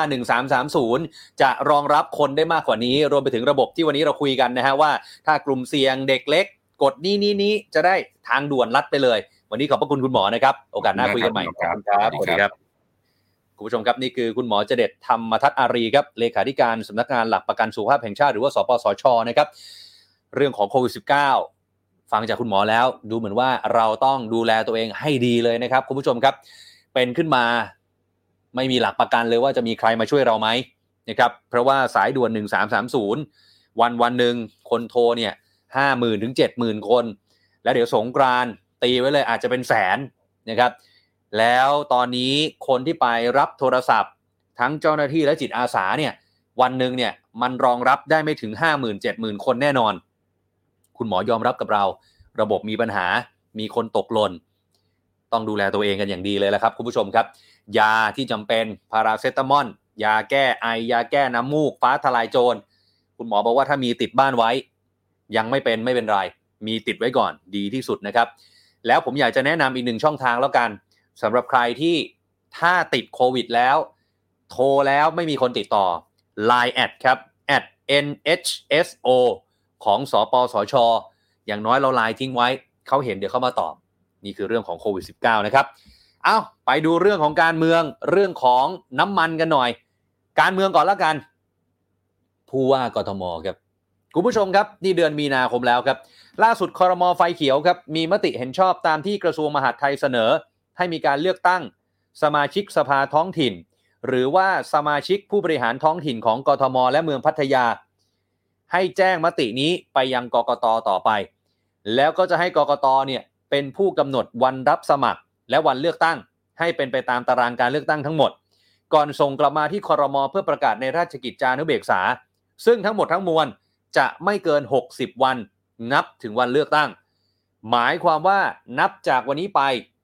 1330จะรองรับคนได้มากกว่านี้รวมไปถึงระบบที่วันนี้เราคุยกันนะฮะว่าถ้ากลุ่มเสี่ยงเด็กเล็กกดนี้จะได้ทางด่วนลัดไปเลยวันนี้ขอบพระคุณคุณหมอนะครับโอกาสหน้าคุยกันใหม่ครับสวัสดีครับคุณผู้ชมครับนี่คือคุณหมอเจเดชธรรมทัศน์อารีครับเลขาธิการสำนักงานหลักประกันสุขภาพแห่งชาติหรือว่าสปสช.นะครับเรื่องของโควิด -19 ฟังจากคุณหมอแล้วดูเหมือนว่าเราต้องดูแลตัวเองให้ดีเลยนะครับคุณผู้ชมครับเป็นขึ้นมาไม่มีหลักประกันเลยว่าจะมีใครมาช่วยเราไหมนะครับเพราะว่าสายด่วน1330วันหนึ่งคนโทรเนี่ย 50,000 ถึง 70,000 คนแล้วเดี๋ยวสงกรานต์ตีไว้เลยอาจจะเป็นแสนนะครับแล้วตอนนี้คนที่ไปรับโทรศัพท์ทั้งเจ้าหน้าที่และจิตอาสาเนี่ยวันหนึ่งเนี่ยมันรองรับได้ไม่ถึง 50,000 70,000 คนแน่นอนคุณหมอยอมรับกับเราระบบมีปัญหามีคนตกหล่นต้องดูแลตัวเองกันอย่างดีเลยละครับคุณผู้ชมครับยาที่จำเป็นพาราเซตามอลยาแก้ไอยาแก้น้ำมูกฟ้าทลายโจรคุณหมอบอกว่าถ้ามีติดบ้านไว้ยังไม่เป็นไรมีติดไว้ก่อนดีที่สุดนะครับแล้วผมอยากจะแนะนำอีก1ช่องทางแล้วกันสำหรับใครที่ถ้าติดโควิดแล้วโทรแล้วไม่มีคนติดต่อ Line แอดครับ @NHSO ของสปสช.อย่างน้อยเราไลน์ทิ้งไว้เขาเห็นเดี๋ยวเขามาตอบนี่คือเรื่องของโควิด -19 นะครับเอาไปดูเรื่องของการเมืองเรื่องของน้ำมันกันหน่อยการเมืองก่อนละกันผู้ว่ากทมครับคุณผู้ชมครับนี่เดือนมีนาคมแล้วครับล่าสุดครม.ไฟเขียวครับมีมติเห็นชอบตามที่กระทรวงมหาดไทยเสนอให้มีการเลือกตั้งสมาชิกสภาท้องถิ่นหรือว่าสมาชิกผู้บริหารท้องถิ่นของกทมและเมืองพัทยาให้แจ้งมตินี้ไปยังกกต.ต่อไปแล้วก็จะให้กกต.เนี่ยเป็นผู้กำหนดวันรับสมัครและวันเลือกตั้งให้เป็นไปตามตารางการเลือกตั้งทั้งหมดก่อนส่งกลับมาที่ครม.เพื่อประกาศในราชกิจจานุเบกษาซึ่งทั้งหมดทั้งมวลจะไม่เกิน60วันนับถึงวันเลือกตั้งหมายความว่านับจากวันนี้ไป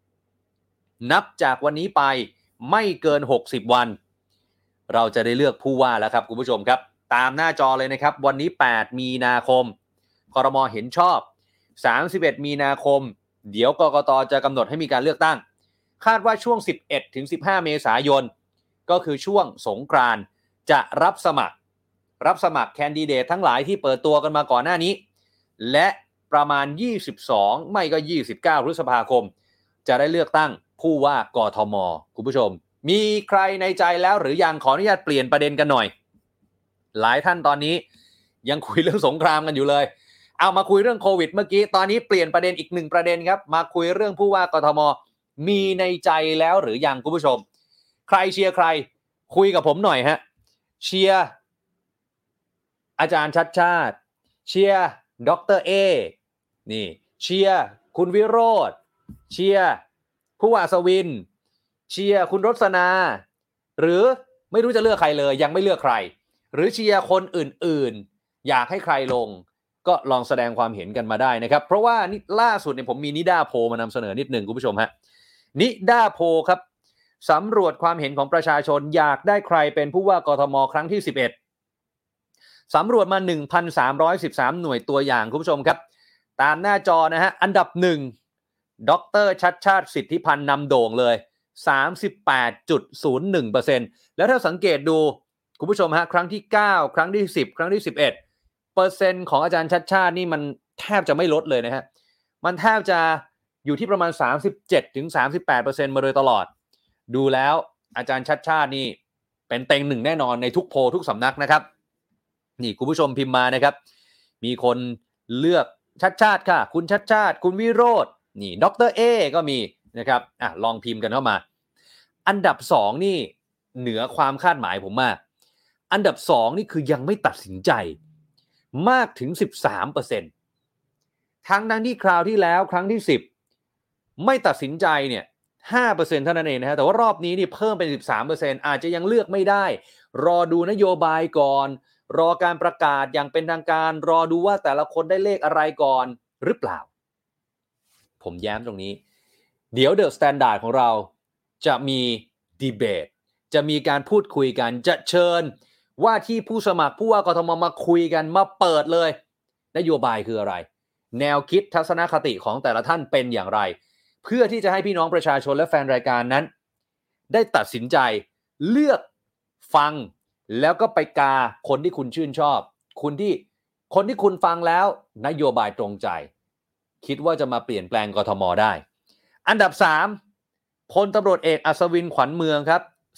ไม่เกิน60วันเราจะได้เลือกผู้ว่าแล้วครับคุณผู้ชมครับตามหน้าจอเลยนะครับวันนี้8มีนาคมครม.เห็นชอบ31มีนาคมเดี๋ยวกกต.จะกำหนดให้มีการเลือกตั้งคาดว่าช่วง11ถึง15เมษายนก็คือช่วงสงกรานต์จะรับสมัครแคนดิเดตทั้งหลายที่เปิดตัวกันมาก่อนหน้านี้และประมาณ22ไม่ก็29พฤษภาคมจะได้เลือกตั้งผู้ว่ากทมคุณผู้ชมมีใครในใจแล้วหรือยังขออนุญาตเปลี่ยนประเด็นกันหน่อยหลายท่านตอนนี้ยังคุยเรื่องสงครามกันอยู่เลยเอามาคุยเรื่องโควิดเมื่อกี้ตอนนี้เปลี่ยนประเด็นอีก1ประเด็นครับมาคุยเรื่องผู้ว่ากทมมีในใจแล้วหรือยังคุณผู้ชมใครเชียร์ใครคุยกับผมหน่อยฮะเชียร์อาจารย์ชัดชาติเชียร์ดร.เอนี่เชียร์คุณวิโรจน์เชียร์ผู้ว่าอัศวินเชียร์คุณรสนาหรือไม่รู้จะเลือกใครเลยยังไม่เลือกใครหรือเชียร์คนอื่นๆอยากให้ใครลงก็ลองแสดงความเห็นกันมาได้นะครับเพราะว่านี่ล่าสุดเนี่ยผมมีนิด้าโพลมานำเสนอนิดหนึ่งคุณผู้ชมฮะนิด้าโพลครับสำรวจความเห็นของประชาชนอยากได้ใครเป็นผู้ว่ากทมครั้งที่11สำรวจมา 1,313 หน่วยตัวอย่างคุณผู้ชมครับตามหน้าจอนะฮะอันดับ1ดร.ชัชชาติสิทธิพันธ์นำโด่งเลย 38.01% แล้วถ้าสังเกตดูคุณผู้ชมฮะครั้งที่9ครั้งที่10ครั้งที่11เปอร์เซ็นต์ของอาจารย์ชัชชาตินี่มันแทบจะไม่ลดเลยนะฮะมันแทบจะอยู่ที่ประมาณ 37-38% มาโดยตลอดดูแล้วอาจารย์ชัชชาตินี่เป็นเต็งหนึ่งแน่นอนในทุกโพลทุกสำนักนะครับนี่คุณผู้ชมพิมพ์มานะครับมีคนเลือกชัชชาติค่ะคุณชัชชาติคุณวิโรจน์นี่ดร.เอก็มีนะครับลองพิมพ์กันเข้ามาอันดับ2นี่เหนือความคาดหมายผมมากอันดับ2นี่คือยังไม่ตัดสินใจมากถึง 13% ทั้งที่คราวที่แล้วครั้งที่10ไม่ตัดสินใจเนี่ย 5% เท่านั้นเองนะฮะแต่ว่ารอบนี้นี่เพิ่มเป็น 13% อาจจะยังเลือกไม่ได้รอดูนโยบายก่อนรอการประกาศอย่างเป็นทางการรอดูว่าแต่ละคนได้เลขอะไรก่อนหรือเปล่าผมแย้มตรงนี้เดี๋ยว The Standard ของเราจะมีดีเบตจะมีการพูดคุยกันจะเชิญว่าที่ผู้สมัครผู้ว่ากทมมาคุยกันมาเปิดเลยนโยบายคืออะไรแนวคิดทัศนคติของแต่ละท่านเป็นอย่างไรเพื่อที่จะให้พี่น้องประชาชนและแฟนรายการนั้นได้ตัดสินใจเลือกฟังแล้วก็ไปกาคนที่คุณชื่นชอบคนที่คุณฟังแล้วนโยบายตรงใจคิดว่าจะมาเปลี่ยนแปลงกทมได้อันดับ3พลตำรวจเอกอัศวินขวัญเมืองครับ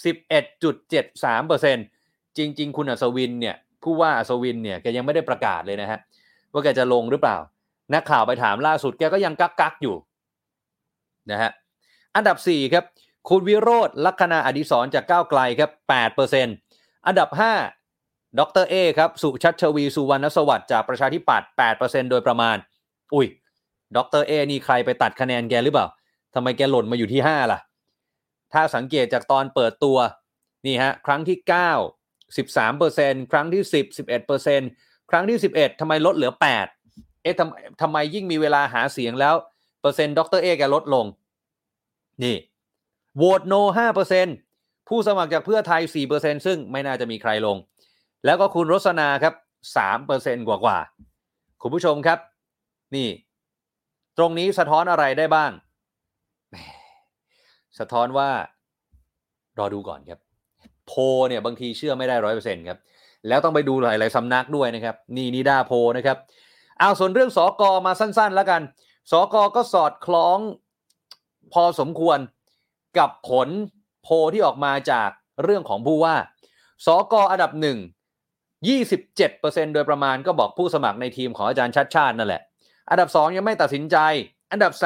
11.73% จริงๆคุณอัศวินเนี่ยผู้ว่าอัศวินเนี่ยแกยังไม่ได้ประกาศเลยนะฮะว่าแกจะลงหรือเปล่านักข่าวไปถามล่าสุดแกก็ยังกักอยู่นะฮะอันดับ4ครับคุณวิโรจน์ลัคนาอดิศรจากก้าวไกลครับ 8% อันดับ5ดร.เอครับสุชัชวีสุวรรณสวัสดิ์จากประชาธิปัตย์ 8% โดยประมาณอุ้ยดร.เอนี่ใครไปตัดคะแนนแกหรือเปล่าทำไมแกหล่นมาอยู่ที่5ล่ะถ้าสังเกตจากตอนเปิดตัวนี่ฮะครั้งที่9 13% ครั้งที่10 11%ครั้งที่11ทำไมลดเหลือ8ทำไมยิ่งมีเวลาหาเสียงแล้วเปอร์เซ็นต์ดร.เอแกลดลงนี่โหวตโน 5% ผู้สมัครจากเพื่อไทย 4% ซึ่งไม่น่าจะมีใครลงแล้วก็คุณรสนาครับ 3% กว่าคุณผู้ชมครับนี่ตรงนี้สะท้อนอะไรได้บ้างสะท้อนว่ารอดูก่อนครับโพเนี่ยบางทีเชื่อไม่ได้ 100% ครับแล้วต้องไปดูหลายๆสำนักด้วยนะครับนี่นิด้าโพนะครับเอาส่วนเรื่องสก.มาสั้นๆแล้วกันสก.ก็สอดคล้องพอสมควรกับผลโพที่ออกมาจากเรื่องของผู้ว่าสก.อันดับ1 27% โดยประมาณก็บอกผู้สมัครในทีมของอาจารย์ชัชชาตินั่นแหละอันดับ2ยังไม่ตัดสินใจอันดับ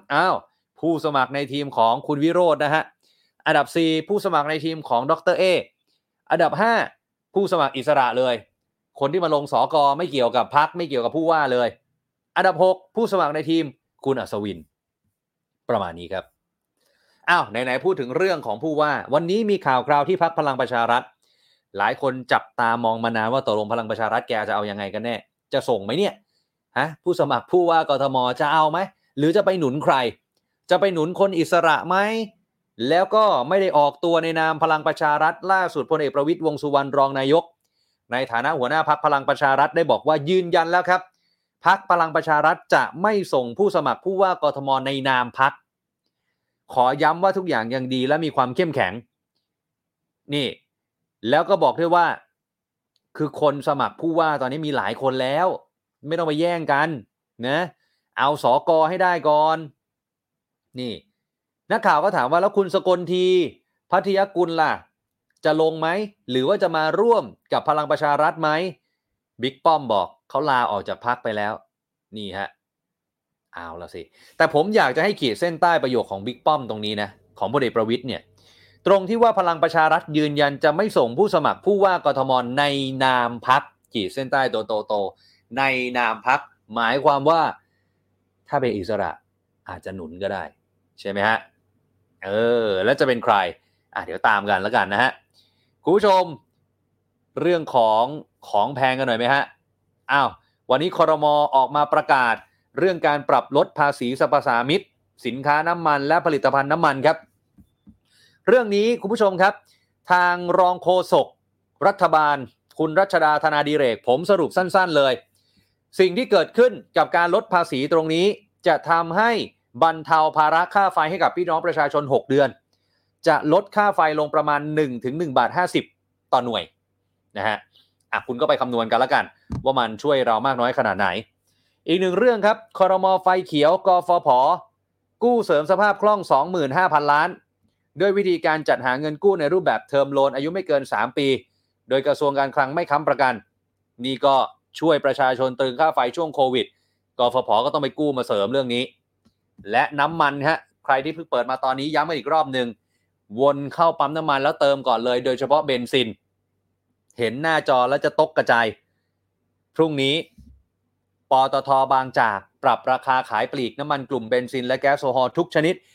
3ผู้สมัครในทีมของคุณวิโรจน์นะฮะอันดับ4ผู้สมัครในทีมของดร.เออันดับ5ผู้สมัครอิสระเลยคนที่มาลงสก.ไม่เกี่ยวกับพรรคไม่เกี่ยวกับผู้ว่าเลยอันดับ6ผู้สมัครในทีมคุณอัศวินประมาณนี้ครับไหนๆพูดถึงเรื่องของผู้ว่าวันนี้มีข่าวคราวที่พรรคพลังประชารัฐหลายคนจับตามองมานานว่าตกลงพลังประชารัฐแกจะเอายังไงกันแน่จะส่งไหมเนี่ยผู้สมัครผู้ว่ากทมจะเอาไหมหรือจะไปหนุนใครจะไปหนุนคนอิสระไหมแล้วก็ไม่ได้ออกตัวในนามพลังประชารัฐล่าสุดพลเอกประวิตรวงษ์สุวรรณรองนายกในฐานะหัวหน้าพรรคพลังประชารัฐได้บอกว่ายืนยันแล้วครับพรรคพลังประชารัฐจะไม่ส่งผู้สมัครผู้ว่ากทมในนามพรรคขอย้ำว่าทุกอย่างยังดีและมีความเข้มแข็งนี่แล้วก็บอกด้วยว่าคือคนสมัครผู้ว่าตอนนี้มีหลายคนแล้วไม่ต้องไปแย่งกันนะเอาสก.ให้ได้ก่อนนี่นักข่าวก็ถามว่าแล้วคุณสกลทีพัทยกุลล่ะจะลงไหมหรือว่าจะมาร่วมกับพลังประชารัฐไหมบิ๊กป้อมบอกเขาลาออกจากพรรคไปแล้วนี่ฮะเอาละสิแต่ผมอยากจะให้ขีดเส้นใต้ประโยคของบิ๊กป้อมตรงนี้นะของพลเอกประวิตรเนี่ยตรงที่ว่าพลังประชารัฐยืนยันจะไม่ส่งผู้สมัครผู้ว่ากทมในนามพรรคขีดเส้นใต้โตในนามพรรคหมายความว่าถ้าเป็นอิสระอาจจะหนุนก็ได้ใช่ไหมฮะแล้วจะเป็นใครเดี๋ยวตามกันแล้วกันนะฮะคุณผู้ชมเรื่องของแพงกันหน่อยไหมฮะวันนี้ครม.ออกมาประกาศเรื่องการปรับลดภาษีสรรพสามิตสินค้าน้ำมันและผลิตภัณฑ์น้ำมันครับเรื่องนี้คุณผู้ชมครับทางรองโฆษกรัฐบาลคุณรัชดาธนาดิเรกผมสรุปสั้นๆเลยสิ่งที่เกิดขึ้นกับการลดภาษีตรงนี้จะทำให้บรรเทาภาระค่าไฟให้กับพี่น้องประชาชน6เดือนจะลดค่าไฟลงประมาณ 1-1.50 บาทต่อหน่วยนะฮะคุณก็ไปคำนวณกันแล้วกันว่ามันช่วยเรามากน้อยขนาดไหนอีกหนึ่งเรื่องครับครม.ไฟเขียวกฟผ.กู้เสริมสภาพคล่อง 25,000 ล้านด้วยวิธีการจัดหาเงินกู้ในรูปแบบเทอมโลนอายุไม่เกิน3ปีโดยกระทรวงการคลังไม่ค้ำประกันนี่ก็ช่วยประชาชนตรึงค่าไฟช่วงโควิดกฟผ.ก็ต้องไปกู้มาเสริมเรื่องนี้และน้ำมันฮะใครที่เพิ่งเปิดมาตอนนี้ย้ำมาอีกรอบนึงวนเข้าปั๊มน้ำมันแล้วเติมก่อนเลยโดยเฉพาะเบนซินเห็นหน้าจอแล้วจะตกกระจายพรุ่งนี้ปตท.บางจากปรับราคาขายปลีกน้ำมันกลุ่มเบนซินและแก๊สโซฮอลทุกชนิด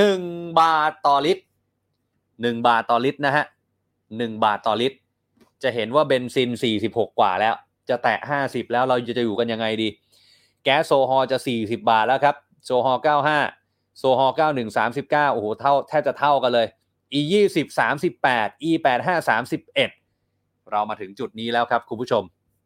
1 บาทต่อลิตร1 บาทต่อลิตรนะฮะ1 บาทต่อลิตรจะเห็นว่าเบนซิน46กว่าแล้วจะแตะ50แล้วเราจะอยู่กันยังไงดีแก๊สโซฮอลจะ40บาทแล้วครับโซฮอล95โซฮอล91 39โอ้โหเท่าแทบจะเท่ากันเลย E20 38 E85 31เรามาถึงจุดนี้แล้วครับคุณผู้ชม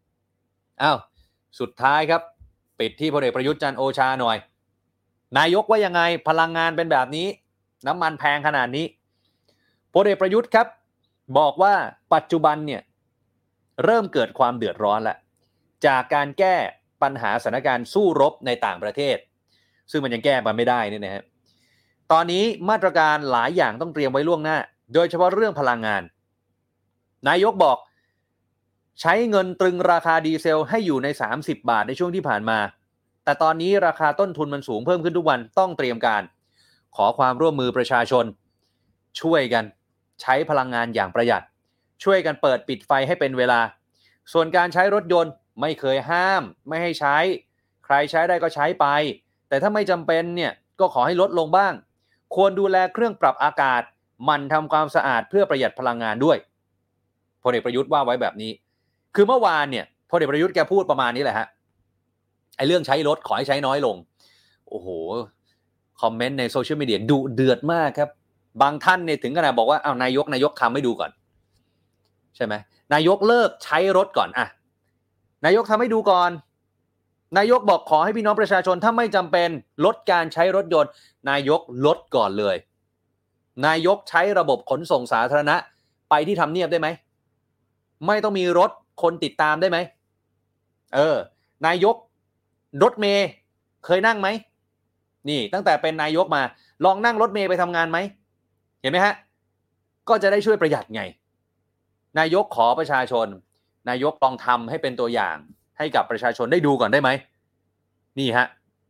สุดท้ายครับปิดที่พลเอกประยุทธ์จันทร์โอชาหน่อยนายกว่ายังไงพลังงานเป็นแบบนี้น้ำมันแพงขนาดนี้พลเอกประยุทธ์ครับบอกว่าปัจจุบันเนี่ยเริ่มเกิดความเดือดร้อนแล้วจากการแก้ปัญหาสถานการณ์สู้รบในต่างประเทศซึ่งมันยังแก้มันไม่ได้นี่นะฮะตอนนี้มาตรการหลายอย่างต้องเตรียมไว้ล่วงหน้าโดยเฉพาะเรื่องพลังงานนายกบอกใช้เงินตรึงราคาดีเซลให้อยู่ใน30 บาทในช่วงที่ผ่านมาแต่ตอนนี้ราคาต้นทุนมันสูงเพิ่มขึ้นทุกวันต้องเตรียมการขอความร่วมมือประชาชนช่วยกันใช้พลังงานอย่างประหยัดช่วยกันเปิดปิดไฟให้เป็นเวลาส่วนการใช้รถยนต์ไม่เคยห้ามไม่ให้ใช้ใครใช้ได้ก็ใช้ไปแต่ถ้าไม่จำเป็นเนี่ยก็ขอให้ลดลงบ้างควรดูแลเครื่องปรับอากาศหมั่นทำความสะอาดเพื่อประหยัดพลังงานด้วยพลเอกประยุทธ์ว่าไว้แบบนี้คือเมื่อวานเนี่ยพลเอกประยุทธ์แกพูดประมาณนี้แหละฮะไอ้เรื่องใช้รถขอให้ใช้น้อยลงโอ้โหคอมเมนต์ในโซเชียลมีเดียดุเดือดมากครับบางท่านเนี่ยถึงขนาดบอกว่าอ้าวนายกทำให้ดูก่อนใช่ไหมนายกเลิกใช้รถก่อนอ่ะนายกทำให้ดูก่อนนายกบอกขอให้พี่น้องประชาชนถ้าไม่จำเป็นลดการใช้รถยนต์นายกลดก่อนเลยนายกใช้ระบบขนส่งสาธารณะไปที่ทำเนียบได้ไหมไม่ต้องมีรถคนติดตามได้ไหมนายกรถเมล์เคยนั่งไหมนี่ตั้งแต่เป็นนายกมาลองนั่งรถเมล์ไปทำงานไหมเห็นไหมฮะก็จะได้ช่วยประหยัดไงนายกขอประชาชนนายกลองทำให้เป็นตัวอย่างให้กับประชาชนได้ดูก่อนได้ไหมนี่ฮะ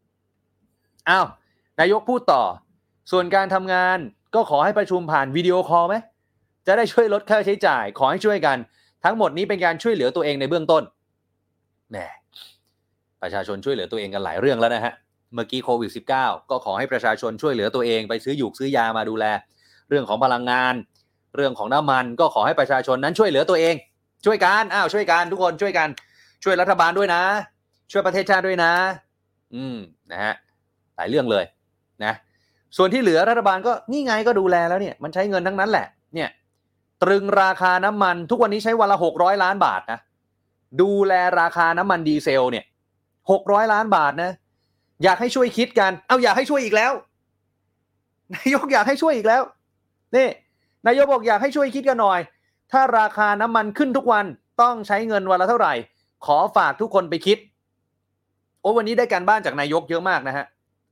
นายกพูดต่อส่วนการทำงานก็ขอให้ประชุมผ่านวิดีโอคอลไหมจะได้ช่วยลดค่าใช้จ่ายขอให้ช่วยกันทั้งหมดนี้เป็นการช่วยเหลือตัวเองในเบื้องต้นแหมประชาชนช่วยเหลือตัวเองกันหลายเรื่องแล้วนะฮะเมื่อกี้โควิด -19 ก็ขอให้ประชาชนช่วยเหลือตัวเองไปซื้อหยูกซื้อยามาดูแลเรื่องของพลังงานเรื่องของน้ำมันก็ขอให้ประชาชนนั้นช่วยเหลือตัวเองช่วยกันช่วยกันทุกคนช่วยกันช่วยรัฐบาลด้วยนะช่วยประเทศชาติด้วยนะนะฮะหลายเรื่องเลยนะส่วนที่เหลือรัฐบาลก็นี่ไงก็ดูแลแล้วเนี่ยมันใช้เงินทั้งนั้นแหละเนี่ยตรึงราคาน้ำมันทุกวันนี้ใช้วันละ600ล้านบาทนะดูแลราคาน้ำมันดีเซลเนี่ย600ล้านบาทนะอยากให้ช่วยคิดกันอยากให้ช่วยอีกแล้วนายกอยากให้ช่วยอีกแล้วนี่นายกบอกอยากให้ช่วยคิดกันหน่อยถ้าราคาน้ำมันขึ้นทุกวันต้องใช้เงินวันละเท่าไหร่ขอฝากทุกคนไปคิดวันนี้ได้การบ้านจากนายกเยอะมากนะฮะ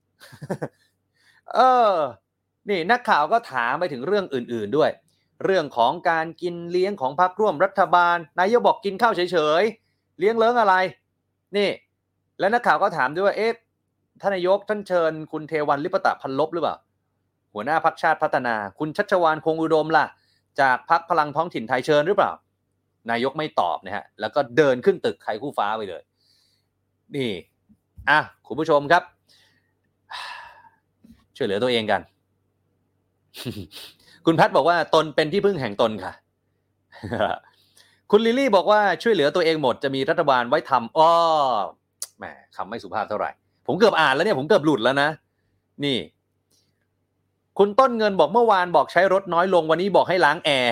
นี่นักข่าวก็ถามไปถึงเรื่องอื่นๆด้วยเรื่องของการกินเลี้ยงของพรรคร่วมรัฐบาลนายกบอกกินข้าวเฉยๆเลี้ยงเลิ้งอะไรนี่แล้วนักข่าวก็ถามด้วยว่าท่านนายกท่านเชิญคุณเทวันลิปตะพันลบหรือเปล่าหัวหน้าพรรคชาติพัฒนาคุณชัชวาลคงอุดมล่ะจากพรรคพลังท้องถิ่นไทยเชิญหรือเปล่านายกไม่ตอบนะฮะแล้วก็เดินขึ้นตึกไทยคู่ฟ้าไปเลยนี่คุณผู้ชมครับช่วยเหลือตัวเองกัน คุณแพทบอกว่าตนเป็นที่พึ่งแห่งตนค่ะ คุณลิลลี่บอกว่าช่วยเหลือตัวเองหมดจะมีรัฐบาลไว้ทำแหมคำไม่สุภาพเท่าไหร่ผมเกือบอ่านแล้วเนี่ยผมเกือบหลุดแล้วนะนี่คุณต้นเงินบอกเมื่อวานบอกใช้รถน้อยลงวันนี้บอกให้ล้างแอร์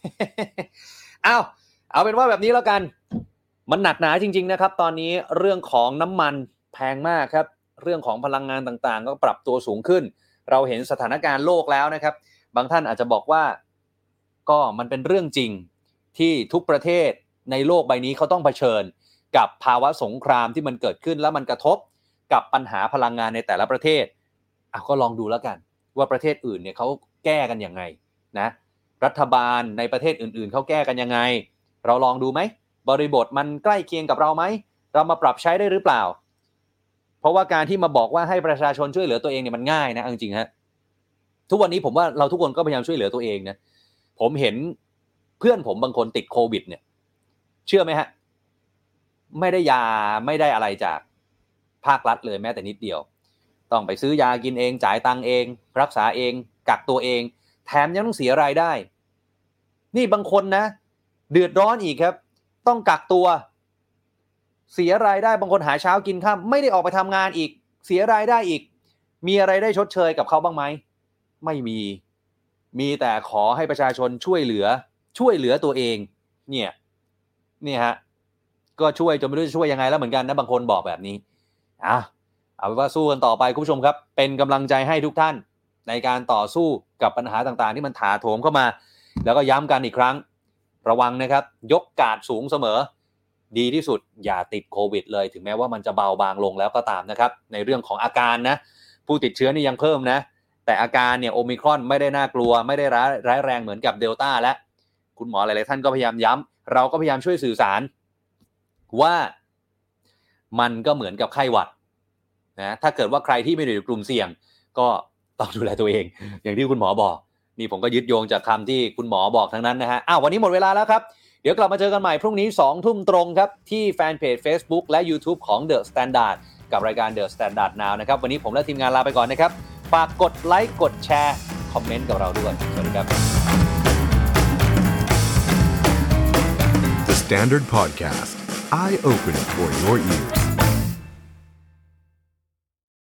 เอาเป็นว่าแบบนี้แล้วกันมันหนักหนาจริงๆนะครับตอนนี้เรื่องของน้ำมันแพงมากครับเรื่องของพลังงานต่างๆก็ปรับตัวสูงขึ้นเราเห็นสถานการณ์โลกแล้วนะครับบางท่านอาจจะบอกว่าก็มันเป็นเรื่องจริงที่ทุกประเทศในโลกใบนี้เขาต้องเผชิญกับภาวะสงครามที่มันเกิดขึ้นแล้วมันกระทบกับปัญหาพลังงานในแต่ละประเทศก็ลองดูแล้วกันว่าประเทศอื่นเนี่ยเขาแก้กันยังไงนะรัฐบาลในประเทศอื่นๆเขาแก้กันยังไงเราลองดูไหมบริบทมันใกล้เคียงกับเราไหมเรามาปรับใช้ได้หรือเปล่าเพราะว่าการที่มาบอกว่าให้ประชาชนช่วยเหลือตัวเองเนี่ยมันง่ายนะจริงๆฮะทุกวันนี้ผมว่าเราทุกคนก็พยายามช่วยเหลือตัวเองนะผมเห็นเพื่อนผมบางคนติดโควิดเนี่ยเชื่อไหมฮะไม่ได้ยาไม่ได้อะไรจากภาครัฐเลยแม้แต่นิดเดียวต้องไปซื้อยากินเองจ่ายตังค์เองรักษาเองกักตัวเองแถมยังต้องเสียรายได้นี่บางคนนะเดือดร้อนอีกครับต้องกักตัวเสียรายได้บางคนหาเช้ากินค่ำไม่ได้ออกไปทำงานอีกเสียรายได้อีกมีอะไรได้ชดเชยกับเขาบ้างไหมไม่มีแต่ขอให้ประชาชนช่วยเหลือตัวเองเนี่ยฮะก็ช่วยจนไม่รู้จะช่วยยังไงแล้วเหมือนกันนะบางคนบอกแบบนี้เอาเป็นว่าสู้กันต่อไปคุณผู้ชมครับเป็นกำลังใจให้ทุกท่านในการต่อสู้กับปัญหาต่างๆที่มันถาโถมเข้ามาแล้วก็ย้ำกันอีกครั้งระวังนะครับยกกาดสูงเสมอดีที่สุดอย่าติดโควิดเลยถึงแม้ว่ามันจะเบาบางลงแล้วก็ตามนะครับในเรื่องของอาการนะผู้ติดเชื้อนี่ยังเพิ่มนะแต่อาการเนี่ยโอมิครอนไม่ได้น่ากลัวไม่ได้ร้ายแรงเหมือนกับเดลต้าและคุณหมอหลายๆท่านก็พยายามย้ำเราก็พยายามช่วยสื่อสารว่ามันก็เหมือนกับไข้หวัดนะถ้าเกิดว่าใครที่ไม่ได้อยู่ในกลุ่มเสี่ยงก็ต้องดูแลตัวเองอย่างที่คุณหมอบอกนี่ผมก็ยึดโยงจากคำที่คุณหมอบอกทั้งนั้นนะฮะวันนี้หมดเวลาแล้วครับเดี๋ยวกลับมาเจอกันใหม่พรุ่งนี้ 20:00 นตรงครับที่แฟนเพจ Facebook และ YouTube ของ The Standard กับรายการ The Standard Now นะครับวันนี้ผมและทีมงานลาไปก่อนนะครับฝากกดไลค์กดแชร์คอมเมนต์กับเราด้วยสวัสดีครับ The Standard Podcast. Eye opening for your ears.